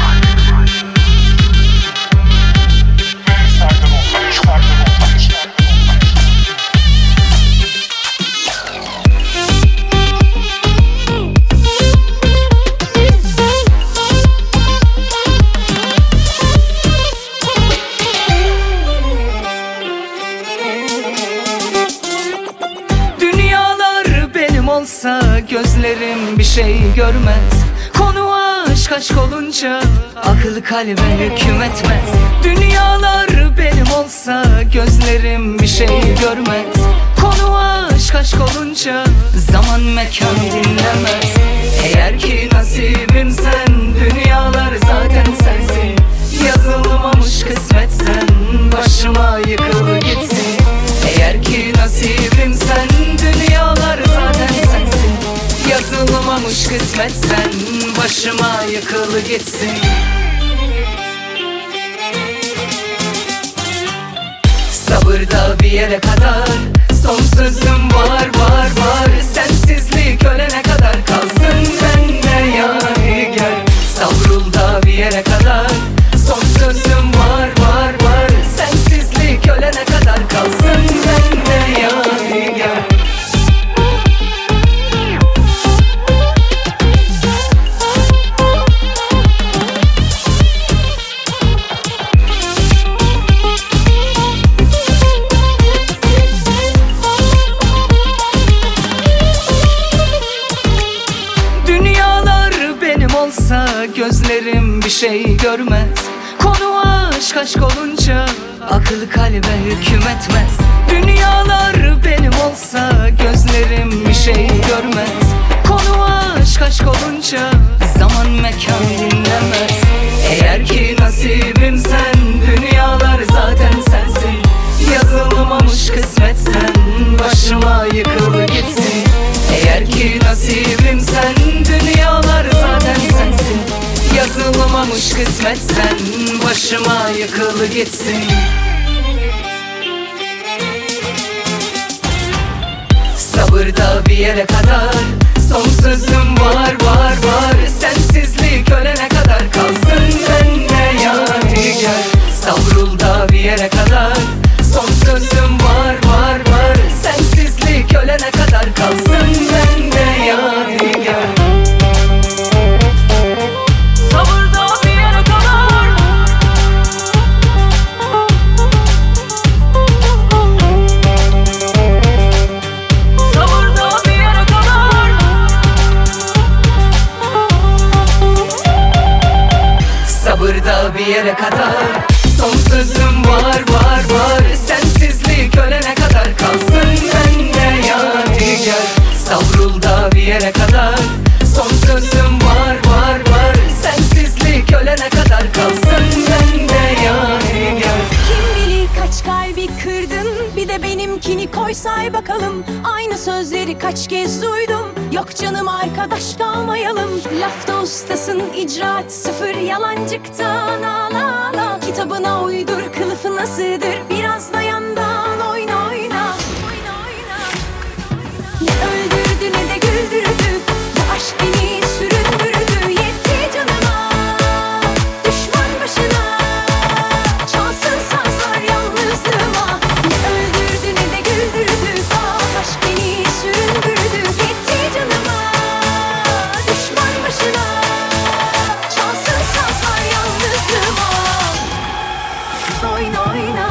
Dünyalar benim olsa gözlerim bir şey görmez. Konu aşk olunca akıl kalbe hüküm etmez. Dünyalar benim olsa gözlerim bir şey görmez. Konu aşk olunca zaman mekan dinlemez. Eğer ki nasibim sen, dünyalar zaten sensin. Yazılmamış kısmetsen başıma yıkıl gitsin. Eğer ki nasibim sen, dünyalar zaten sensin. Yazılmamış kısmetsen başıma yıkıl gitsin. Sabırda bir yere kadar, son sözüm var. Sensizlik ölene kadar kalsın bende yadigar. Savrul da bir yere kadar, son sözüm var. Sensizlik ölene kadar kalsın bende yadigar. Gözlerim bir şey görmez. Konu aşk olunca akıl kalbe hüküm etmez. Dünyalar benim olsa gözlerim bir şey görmez. Konu aşk olunca zaman mekan dinlemez. Eğer ki nasibim sen, dünyalar zaten sensin. Yazılmamış kısmetsen başıma yıkıl gitsin. Eğer ki nasibim sen, dünyalar zaten sensin. Yazılmamış kısmetsen başıma yıkıl gitsin. Sabırda bir yere kadar, son sözüm var. Sensizlik ölene kadar kalsın bende yadigar. Savrul da bir yere kadar, son sözüm var. Sensizlik ölene kadar kalsın bende yadigar. Sabırda bir yere kadar, son sözüm var. Sensizlik ölene kadar kalsın bende yadigar. Savrul da bir yere kadar, son sözüm var. Sensizlik ölene kadar kalsın bende yadigar. Kim bilir kaç kalbi kırdın, bir de benimkini koy say bakalım. Aynı sözleri kaç kez duydum. Yok canım arkadaş kalmayalım. Lafta ustasın, icraat sıfır, yalancıktan ağla. Kitabına uydur, kılıfına sığdır, biraz da yandan oyna. Ne öldürdü ne de güldürdü, bu aşk beni süründürdü. Yetti canıma, düşman başına, çalsın sazlar yalnızlığıma. Ne öldürdü ne de güldürdü, bu aşk beni süründürdü. Yetti canıma, düşman başına, çalsın sazlar yalnızlığıma. Oyna.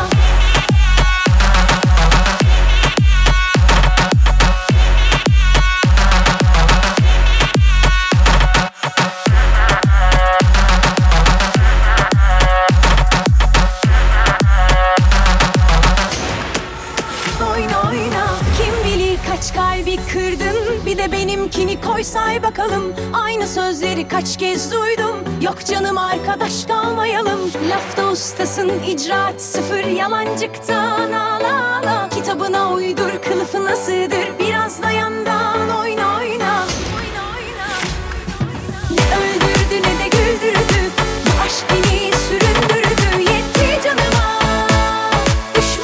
Kim bilir kaç kalbi kırdın, bir de benimkini koy say bakalım. Aynı sözleri kaç kez duydum. Yok canım arkadaş kalmayalım. Lafta ustasın, icraat sıfır, yalancıktan ağla. Kitabına uydur, kılıfına sığdır, biraz da yandan oyna. Ne öldürdü ne de güldürdü, bu aşk beni süründürdü. Yetti canıma,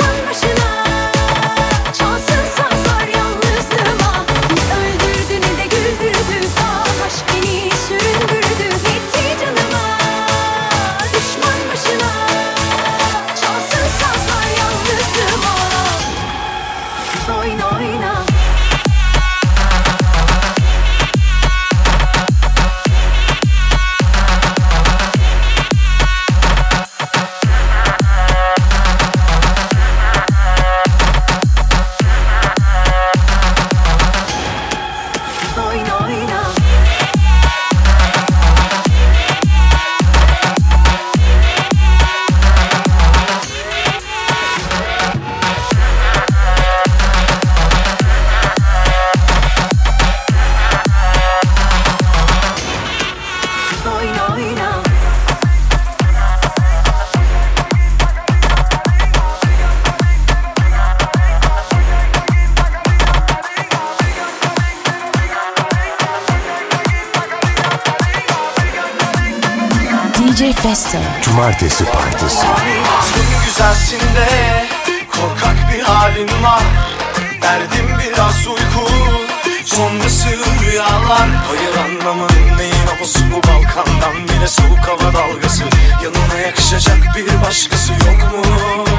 Festo. Cumartesi Partisi. Aslın güzelsin de korkak bir halin var. Derdim biraz uyku, sonrası rüyalar. Hayır anlamadım neyin havası bu Balkan'dan bile soğuk hava dalgası. Yanına yakışacak bir başkası yok mu?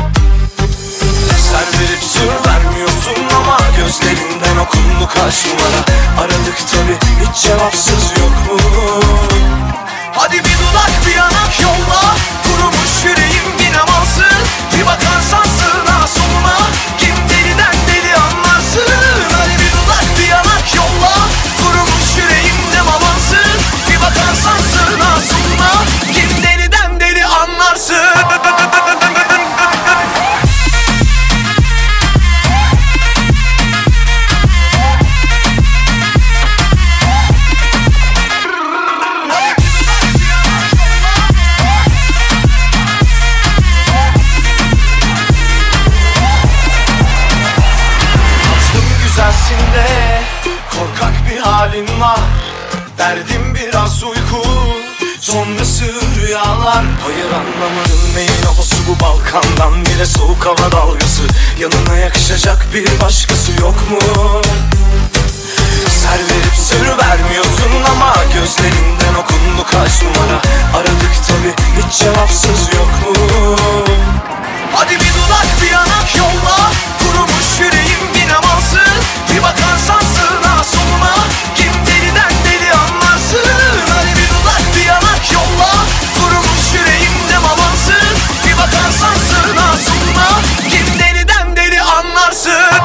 Ser verip sır vermiyorsun ama gözlerinden okundu kaç numara. Aradık tabi hiç cevapsız yok mu? Hadi bir dudak bir yanak yolla, kurumuş yüreğim yine amansın. Bir bakarsan sığına soluna, kim deliden deli anlarsın. Hadi bir dudak bir yanak yolla, kurumuş yüreğim ne amansın. Bir bakarsan sığına soluna, kim deliden deli anlarsın. Korkak bir halin var. Derdim biraz uyku, sonrası rüyalar. Hayır anlamadım neyin havası bu Balkan'dan bile soğuk hava dalgası. Yanına yakışacak bir başkası yok mu? Ser verip sır vermiyorsun ama gözlerinden okundu kaç numara. Aradık tabi hiç cevapsız yok mu? Hadi bir dudak bir yanak yolla, kurumuş yüreğim yine amansın. Bir bakarsan sığına soluna, kim deliden deli anlarsın. Hadi bir dudak bir yanak yolla, kurumuş yüreğim ne amansın. Bir bakarsan sığına soluna, kim deliden deli anlarsın.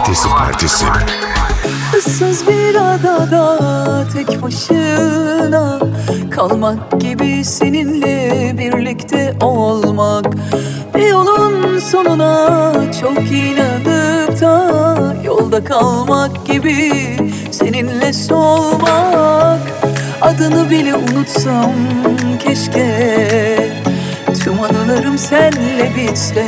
Cumartesi Partisi. Issız bir adada tek başına kalmak gibi seninle birlikte olmak. Bir yolun sonuna çok inanıp da yolda kalmak gibi seninle solmak. Adını bile unutsam keşke, tüm anılarım senle bitse.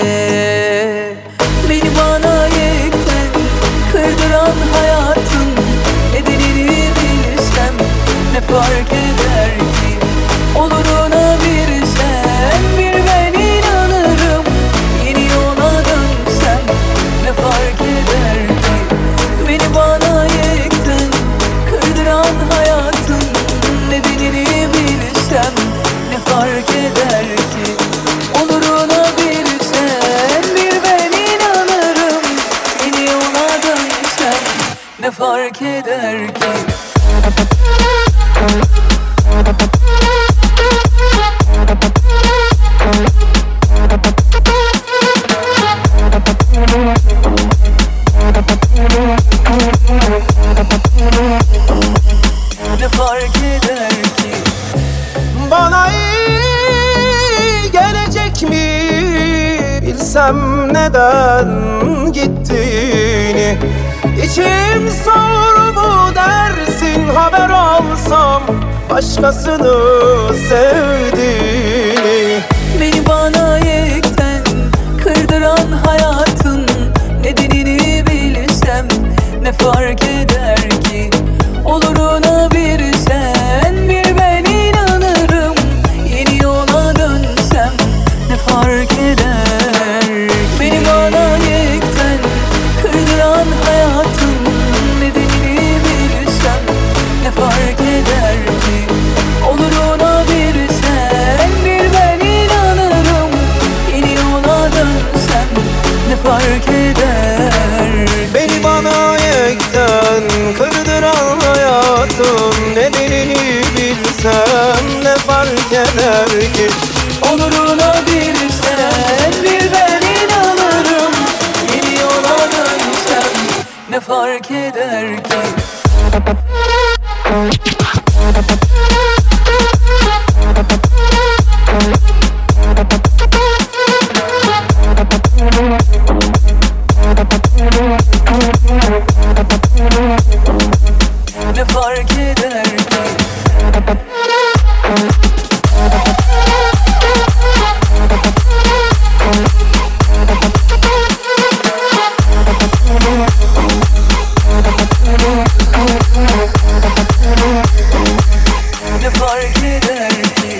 Beni bana yekten kırdıran hayatın nedenini bilsem ne fark eder ki? Oluruna bir sen bir ben inanırım, yeni yola dönsem ne fark eder ki? Beni bana yekten kırdıran hayatın nedenini bilsem ne fark eder ki? Oluruna bir sen bir ben inanırım, yeni yola dönsem ne fark eder ki? Ne fark eder ki? Bana iyi gelecek mi bilsem neden gittiğini. İçim soğur mu dersin haber alsam başkasını sevdiğini. Beni bana yekten kırdıran hayatın nedenini bilsem ne fark eder ki? Oluruna bir sen bir ben inanırım, yeni yola dönsem ne fark eder? Beni bana yekten kırdıran hayatın nedenini bilsem ne fark eder ki? Oluruna bir sen bir ben inanırım, yeni yola dönsem ne fark eder? Beni bana yekten kırdıran hayatın nedenini bilsem ne fark eder ki? Oluruna bir sen bir ben inanırım, yeni yola dönsem ne fark eder ki? Ne fark eder ki? Ne fark eder ki?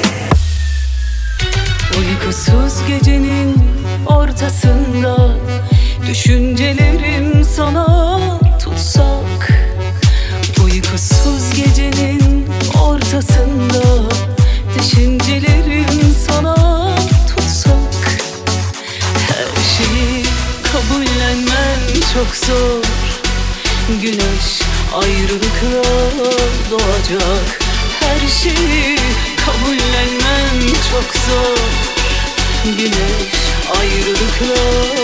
Uykusuz gecenin ortasında düşüncelerim sana tutsak. Uykusuz gecenin ortasında düşüncelerim sana tutsak. Her şeyi kabullenmem çok zor. Güneş ayrılıkla doğacak. Her şeyi kabullenmem çok zor. Güneş ayrılıkla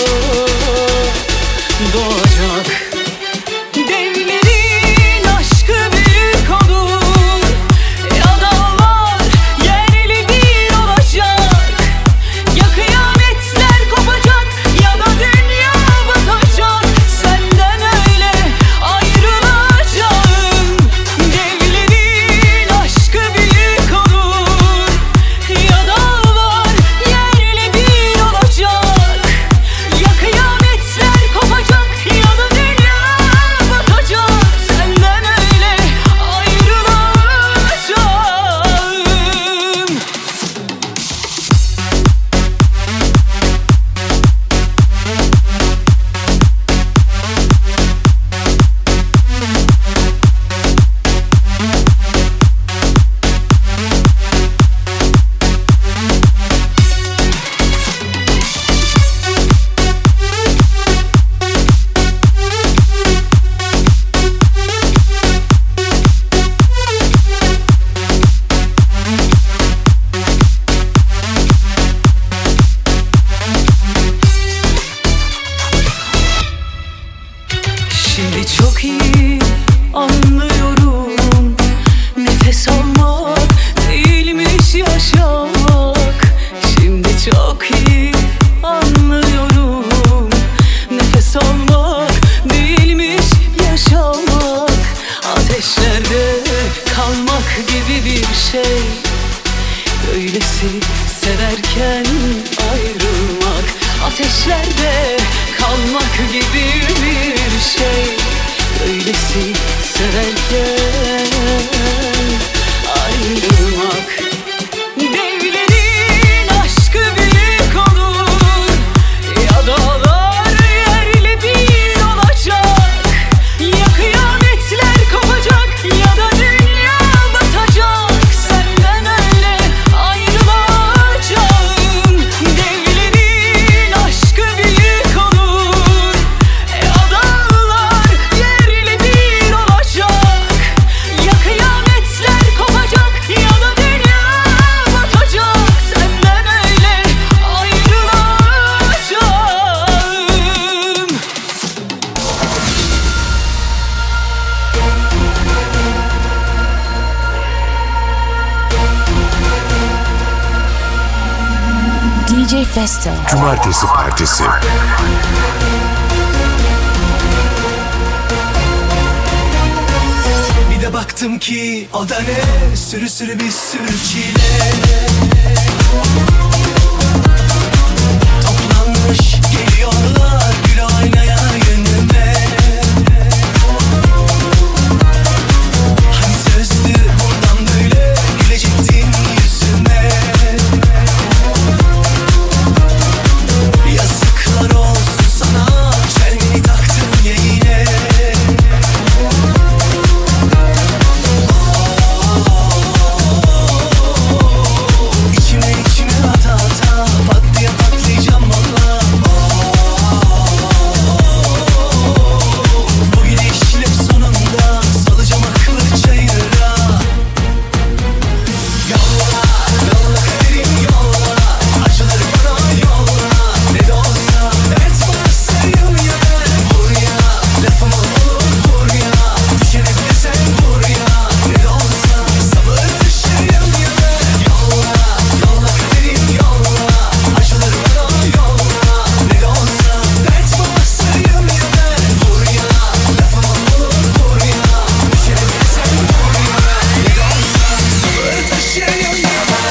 doğacak. Devlerin aşkı büyük olur ya dağlar yerli bir olacak. Ya kıyametler kopacak ya da dünya batacak. Senden öyle ayrılacağım. Devlerin aşkı büyük olur ya dağlar yerli bir olacak. Ya kıyametler kopacak ya da dünya Şimdi çok iyi anlıyorum, nefes almak değilmiş yaşamak. Şimdi çok iyi anlıyorum, nefes almak değilmiş yaşamak. Ateşlerde kalmak gibi bir şey, böylesi severken ayrılmak. Ateşlerde kalmak gibi bir şey, böylesi severken ayrılmak. Devlerin aşkı büyük olur, ya dağlar yerle bir olacak. Ya kıyametler kopacak ya da dünya batacak. Senden öyle ayrılacağım. Devlerin aşkı büyük olur, ya dağlar yerle bir olacak. Ya kıyametler kopacak ya da dünya batacak. Senden öyle ayrılacağım. DJ Festo. Cumartesi Partisi. Bir de baktım ki o da ne, sürü sürü bir sürü çile toplanmış geliyorlar gül oynaya yönüme. Hani sözdü bundan böyle gülecektin yüzüme. Yazıklar olsun sana, çelmeni taktın ya yine. İçime ata ata patlayacağım valla. Bu gidişle sonunda salacağım aklı çayıra. Yolla, yolla kaderim yolla, acıları bana yolla. Ne de olsa dert varsayım ya ben. Vur ya, lafım olur vur ya, düşene bile sen vur ya. Ne de olsa sabır taşıyım ya ben. Yolla, yolla kaderim yolla, acıları bana yolla. Ne de olsa dert varsayım ya ben. Vur ya, lafım olur vur ya, düşene bile sen vur ya. Ne de olsa sabır taşıyım ya ben.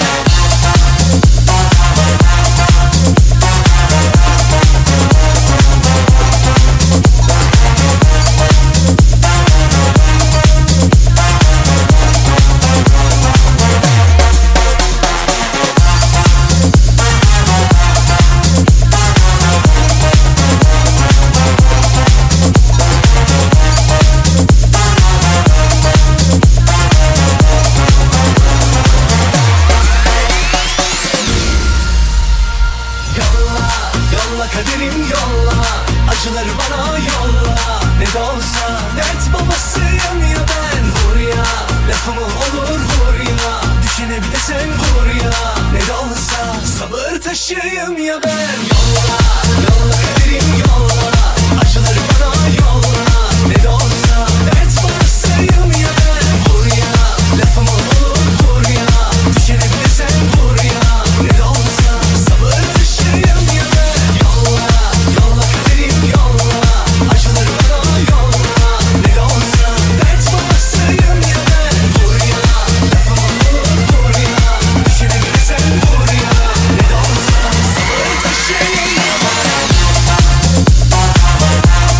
Yolla, yolla kaderim yolla, acıları bana yolla. Ne de olsa dert babasıyım ya ben. Vur ya, lafımı olur vur ya, düşene bir de sen vur ya. Ne de olsa sabır taşıyım ya ben. Yolla, yolla kaderim yolla, acıları bana yolla. Ne de olsa dert babasıyım ya ben. Vur ya, lafımı olur vur ya, düşene bir de sen vur ya. Ne de olsa sabır taşıyım ya ben. Yolla, yolla kaderim yolla, acıları bana yolla. Ne de olsa dert babasıyım ya ben. Vur ya, lafımı olur vur ya, düşene bir de sen vur ya. Ne de olsa sabır taşıyım ya ben.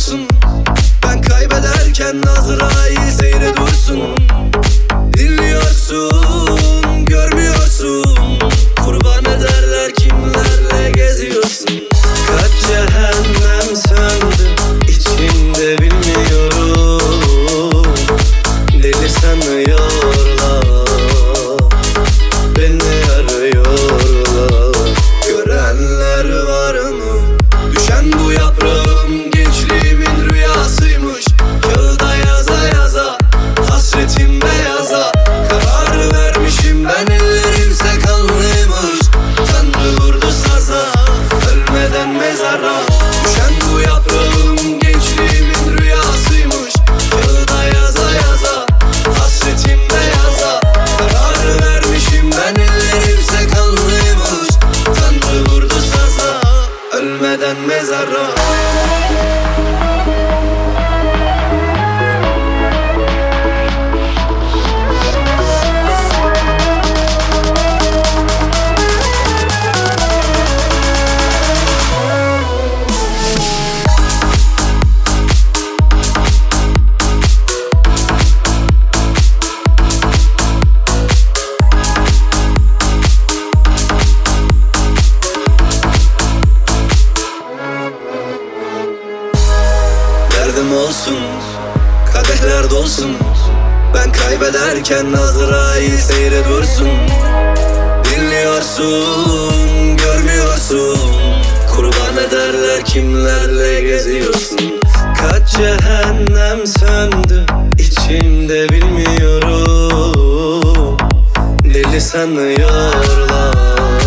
olsun. Ben kaybederken Azrail seyre dursun. Dinliyorsun, görmüyorsun. Kurban ederler kimlerle geziyorsun. Kaç cehennem söndü içimde bilmiyorum. Deli sanıyorlar, beni arıyorlar. Görenler var mı? Düşen bu yaprağım gençliğimin rüyasıymış. Kağıda yaza yaza, hasretim beyaza. Karar vermişim ben, ellerimse kanlıymış. Tanrı vurdu saza, ölmeden mezara. Düşen bu yaprağım gençliğimin rüyasıymış. Kağıda yaza yaza, hasretim beyaza. Karar vermişim ben, ellerimse kanlıymış. Tanrı vurdu saza, ölmeden mezara. Derdim olsun, kadehler dolsun. Ben kaybederken Azrail seyre dursun. Dinliyorsun, görmüyorsun. Kurban ederler kimlerle geziyorsun. Kaç cehennem söndü içimde bilmiyorum. Deli sanıyorlar,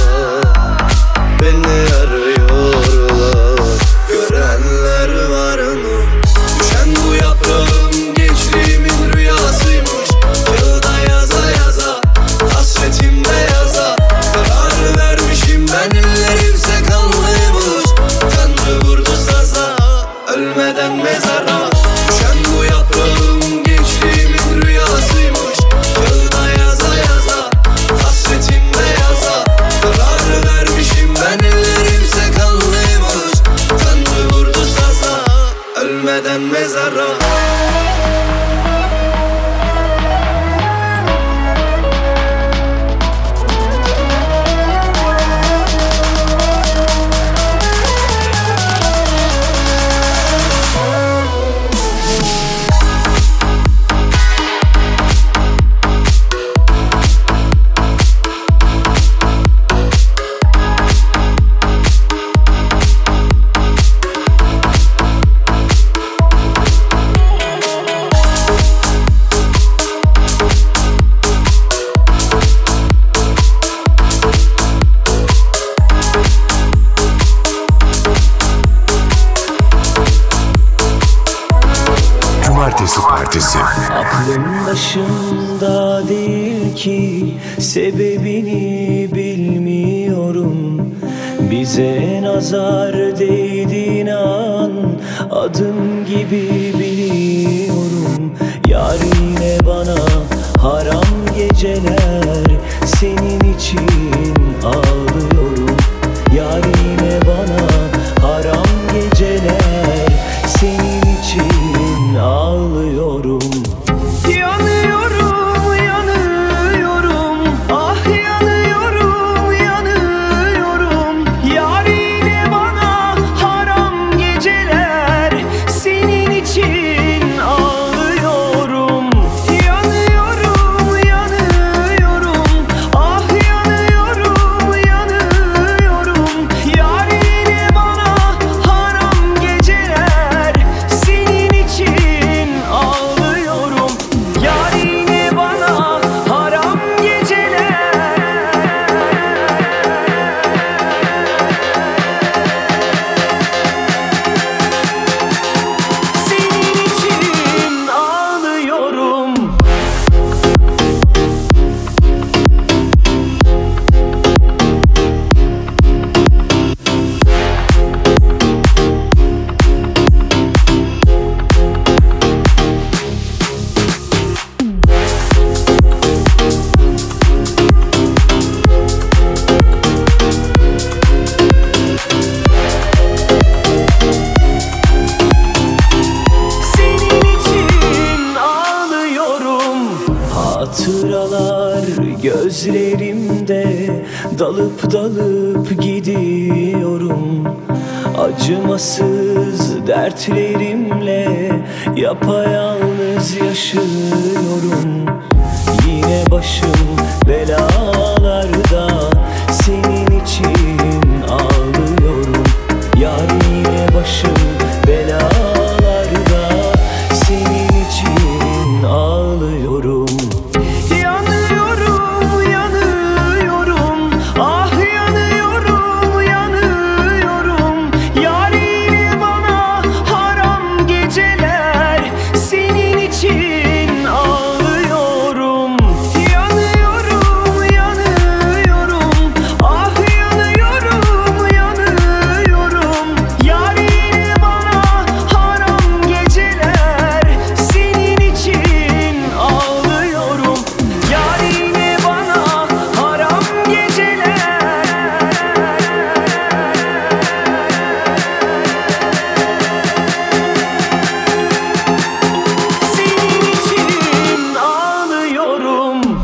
beni arıyorlar. Görenler var mı? Düşen bu yaprağım gençliğimin rüyasıymış. Kağıda yaza yaza, hasretim beyaza. Karar vermişim ben, ellerimse kanlıymış. Tanrı vurdu saza, ölmeden mezara. Düşen bu yaprağım gençliğimin rüyasıymış. Kağıda yaza yaza, hasretim beyaza. Karar vermişim ben, ellerimse kanlıymış. Tanrı vurdu saza, ölmeden mezara. Cumartesi Partisi. Aklım başımda değil ki, sebebini bilmiyorum. Bize nazar değdiğin an adım gibi biliyorum. Yar yine bana haram geceler, senin için ağlıyorum. Yar yine bana haram geceler, senin için ağlıyorum. Yanıyorum, yanıyorum, ah yanıyorum, yanıyorum. Yar yine bana haram geceler, senin için ağlıyorum. Yanıyorum, yanıyorum, ah yanıyorum, yanıyorum. dalıp dalıp gidiyorum. Acımasız dertlerimle yapayalnız yaşıyorum. Yine başım belalarda, senin için ağlıyorum. Yar yine başım belalarda, senin için ağlıyorum. Yanıyorum, yanıyorum, ah yanıyorum, yanıyorum. Yar yine bana haram geceler, senin için ağlıyorum. Yanıyorum, yanıyorum, ah yanıyorum, yanıyorum. Yar yine bana haram geceler, senin için ağlıyorum. Yar yine bana haram geceler, senin için ağlıyorum.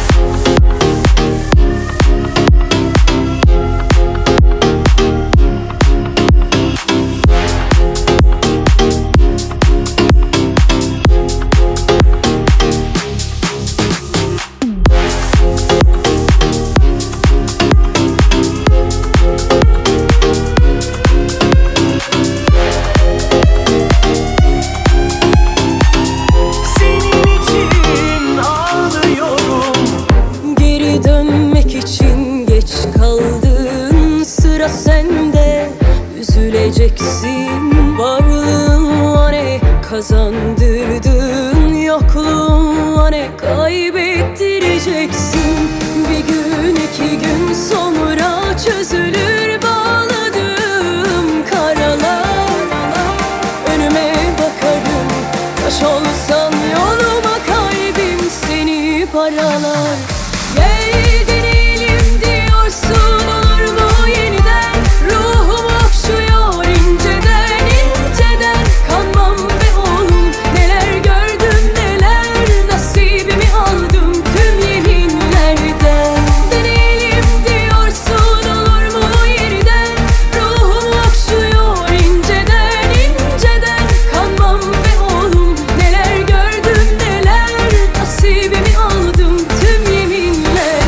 Senin için ağlıyorum. Geri dönmek için geç kaldın, sıra sende. Üzüleceksin, varlığın ne kazandırdın, yokluğun ne kaybettireceksin. Bir gün iki gün sonra çözülür bağladığım karalar. Önüme bakarım, taş olsan yoluma, kalbim seni paralar. Gel deneyelim diyorsun, olur mu yeniden? Ruhum okşuyor inceden inceden. Kanmam be oğlum, neler gördüm neler, nasibimi aldım tüm yeminlerden. Deneyelim diyorsun, olur mu yeniden? Ruhum okşuyor inceden inceden. Kanmam be oğlum, neler gördüm neler, nasibimi aldım tüm yeminlerden.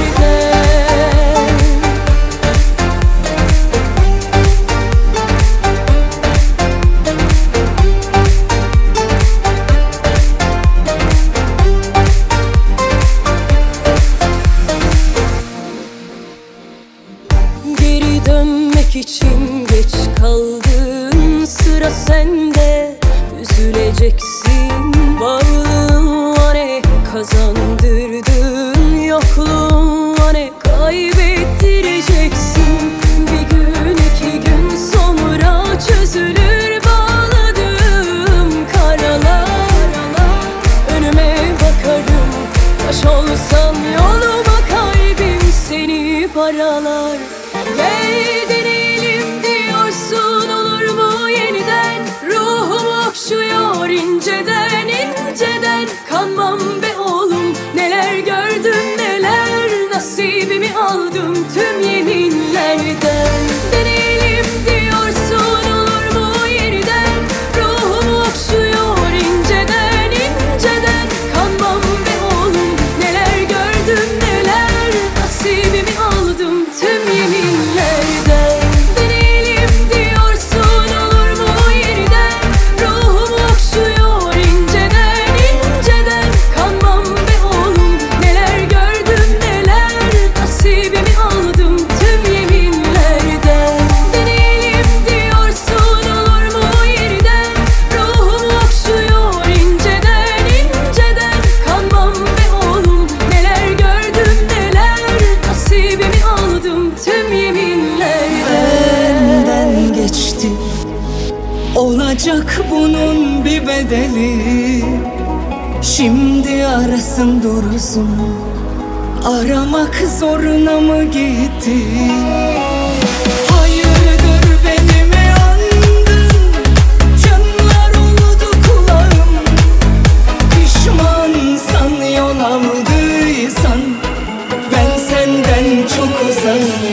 Geri dönmek için geç kaldın, sıra sende. Üzüleceksin, varlığın ne kazandırdın, yokluğun ne kaybettireceksin. Bir gün iki gün sonra çözülür bağladığım karalar. Önüme bakarım, taş olsan yoluma, kalbim seni paralar. Gel deneyelim diyorsun, olur mu yeniden? Ruhum okşuyor inceden inceden. Kanmam be oğlum, neler gördüm neler, nasibimi aldım tüm yeminlerden. Deneyelim diyorsun, olur mu yeniden? Ruhum okşuyor inceden inceden. Kanmam be oğlum, neler gördüm neler, nasibimi aldım tüm yeminlerden. Deneyelim diyorsun, olur mu yeniden? Ruhum okşuyor inceden inceden. Kanmam be oğlum, neler gördüm neler, nasibimi aldım tüm yeminlerden. Deneyelim diyorsun, olur mu yeniden? Ruhum okşuyor inceden inceden. Kanmam be oğlum, neler gördüm neler, nasibimi aldım tüm yeminlerden. Benden geçti, olacak bunun bir bedeli. Şimdi arasın dursun, aramak zoruna mı gitti? Hayırdır beni mi andın? Canlar oldu kulağım. Pişmansan yol aldıysan, ben senden çok uzağım.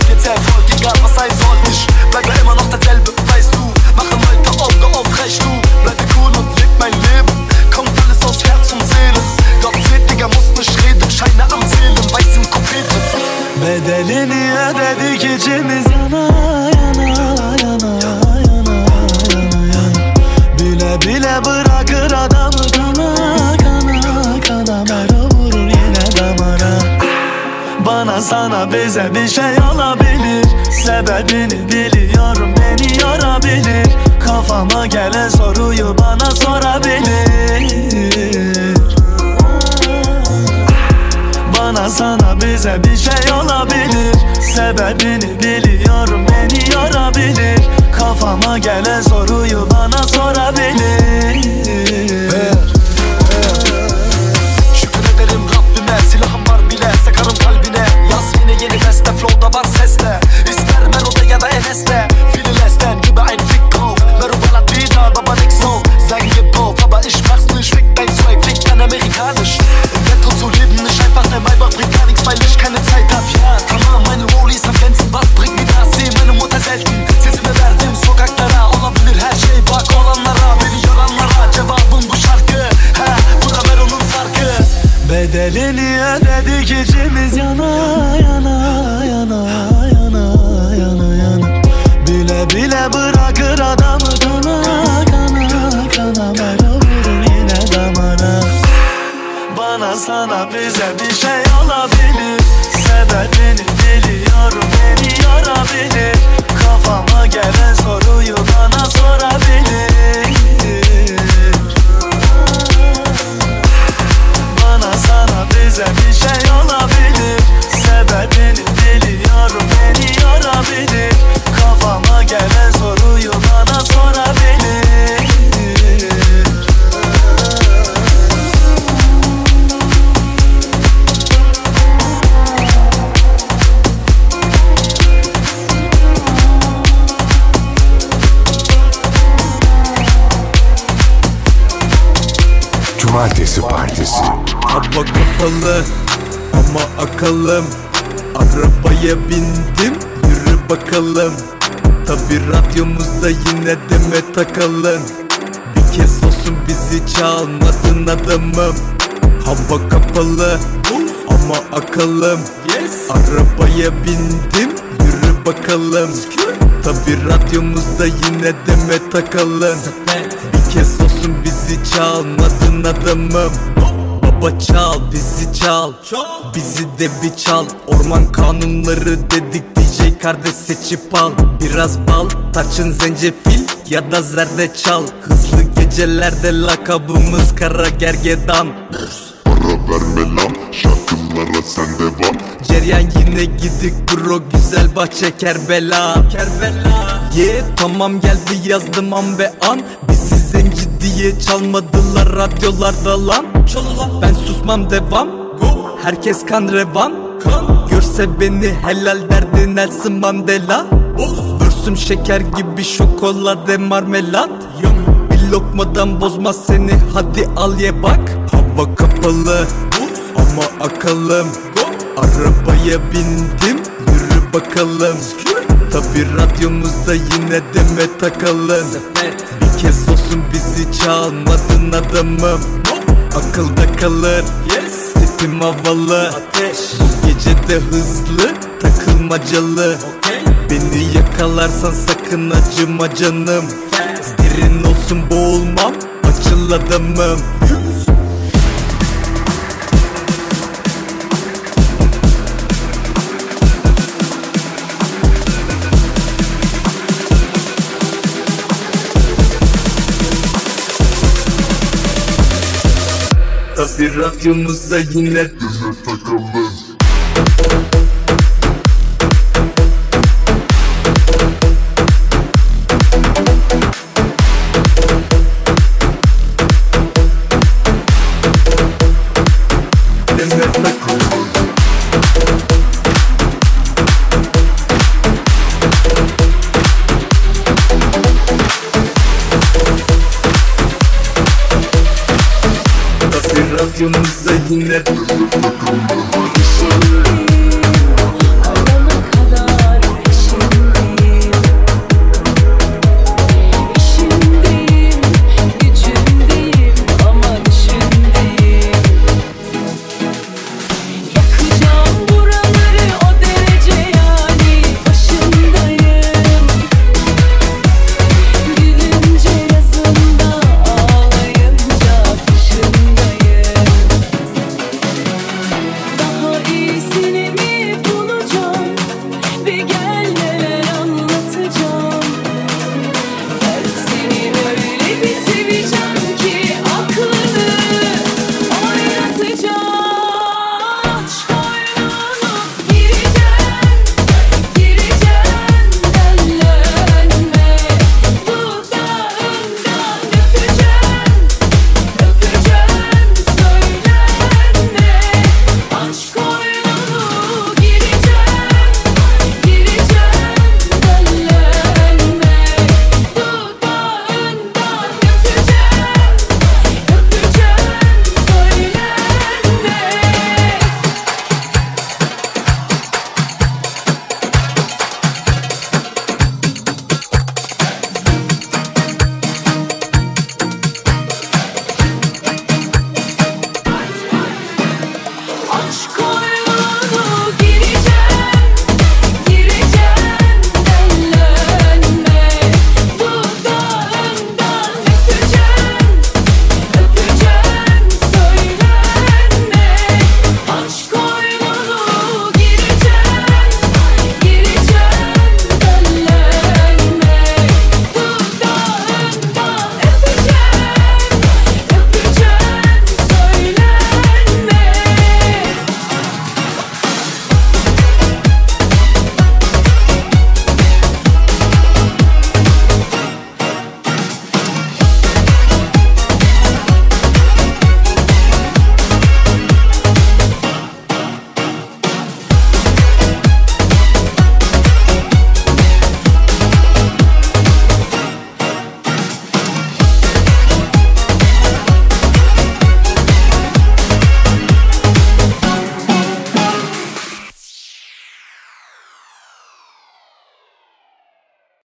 hab jetzt Erfolg, egal was sein soll. Ich bleibe immer noch derselbe, weißt du. Mache Leute Auge auf, recht du. Bleibe cool und leb mein Leben. Kommt alles aus Herz und Seele. Gott seht, Digga, muss nicht reden. Scheine am Zählen, weißen Kopeten. Bedelini ödedik içimiz yana yana yana yana yana. Bile bile bırakır adamı kana kana kana. Mero vurur yine damara. Bana sana bize bir şey olabilir. Sebebini biliyorum, beni yorabilir. Kafama gelen soruyu bana sorabilir. Bana sana bize bir şey olabilir. Sebebini biliyorum, beni yorabilir. Kafama gelen soruyu bana sorabilir. Şükür ederim Rabbime, silahım var bile. Sakarım kalbine, yaz yine yeni beste. Flow'da var sesle, ister Mero'da ya da Enes'te. Fililesten gibi ein Fick drauf. Mero ballert wieder, Baba nix so. Sein gibt auf, aber ich mach's nicht. Fick dein Swag, fick dein amerikanisch. Im Ghetto zu leben, nicht einfach der Maybach bringt gar nichts, weil ich keine Zeit hab. Ja, tamam, meine Rollies am Glänzen. Was bringt mir das? Seh meine Mutter selten. Sesimi verdim sokaklara, olabilir her şey. Bak olanlara, beni yoranlara. Cevabım bu şarkı, ha, bu da Mero'nun farkı. Bedelini ödedik içimiz yana yana yana yana yana yana. Bile bile bırakır adamı kana kana kana. Mero vurur yine damara. Bana sana bize bir şey olabilir. Sebebini biliyorum, beni yorabilir. Kafama gelen soruyu bana sorabilir. Bana sana bize bir şey olabilir. Sebebini biliyorum, beni yorabilir. Kafama gelen soruyu bana sorabilir. Cumartesi Partisi. Hava kapalı ama akalım. Arabaya bindim, yürü bakalım. Tabi radyomuzda yine Demet Akalın. Bir kez olsun bizi çalmadın adamım. Hava kapalı ama akalım. Arabaya bindim, yürü bakalım. Tabi radyomuzda yine Demet Akalın. Bir kez olsun bizi çalmadın adamım. Baba çal, bizi çal, bizi de bir çal. Orman kanunları dedik, DJ kardeş seçip al. Biraz bal, tarçın, zencefil ya da zerdeçal. Hızlı gecelerde lakabımız Kara Gergedan. Ara verme lan, şarkılara sen devam. Ceryan yine gidik bro, güzel bahçe Kerbela. Tamam geldi yazdım an ve an. Bizi zenci diye çalmadılar radyolarda lan. Ben susmam devam, herkes kan revan. Görse beni helal derdi Nelson Mandela. Vürsüm şeker gibi şokolade marmelat. Bir lokmadan bozmaz seni, hadi al ye bak. Hava kapalı ama akalım. Arabaya bindim, yürü bakalım. Tabi radyomuzda yine Demet Akalın. Bir kez olsun bizi çalmadın adamım. Akılda kalır, tipim havalı. Bu gece de hızlı, takılmacalı. Beni yakalarsan sakın acıma canım. Derin olsun boğulmam, açıl adamım. Tabi radyomuzda yine Demet Akalın. Radyomuzda yine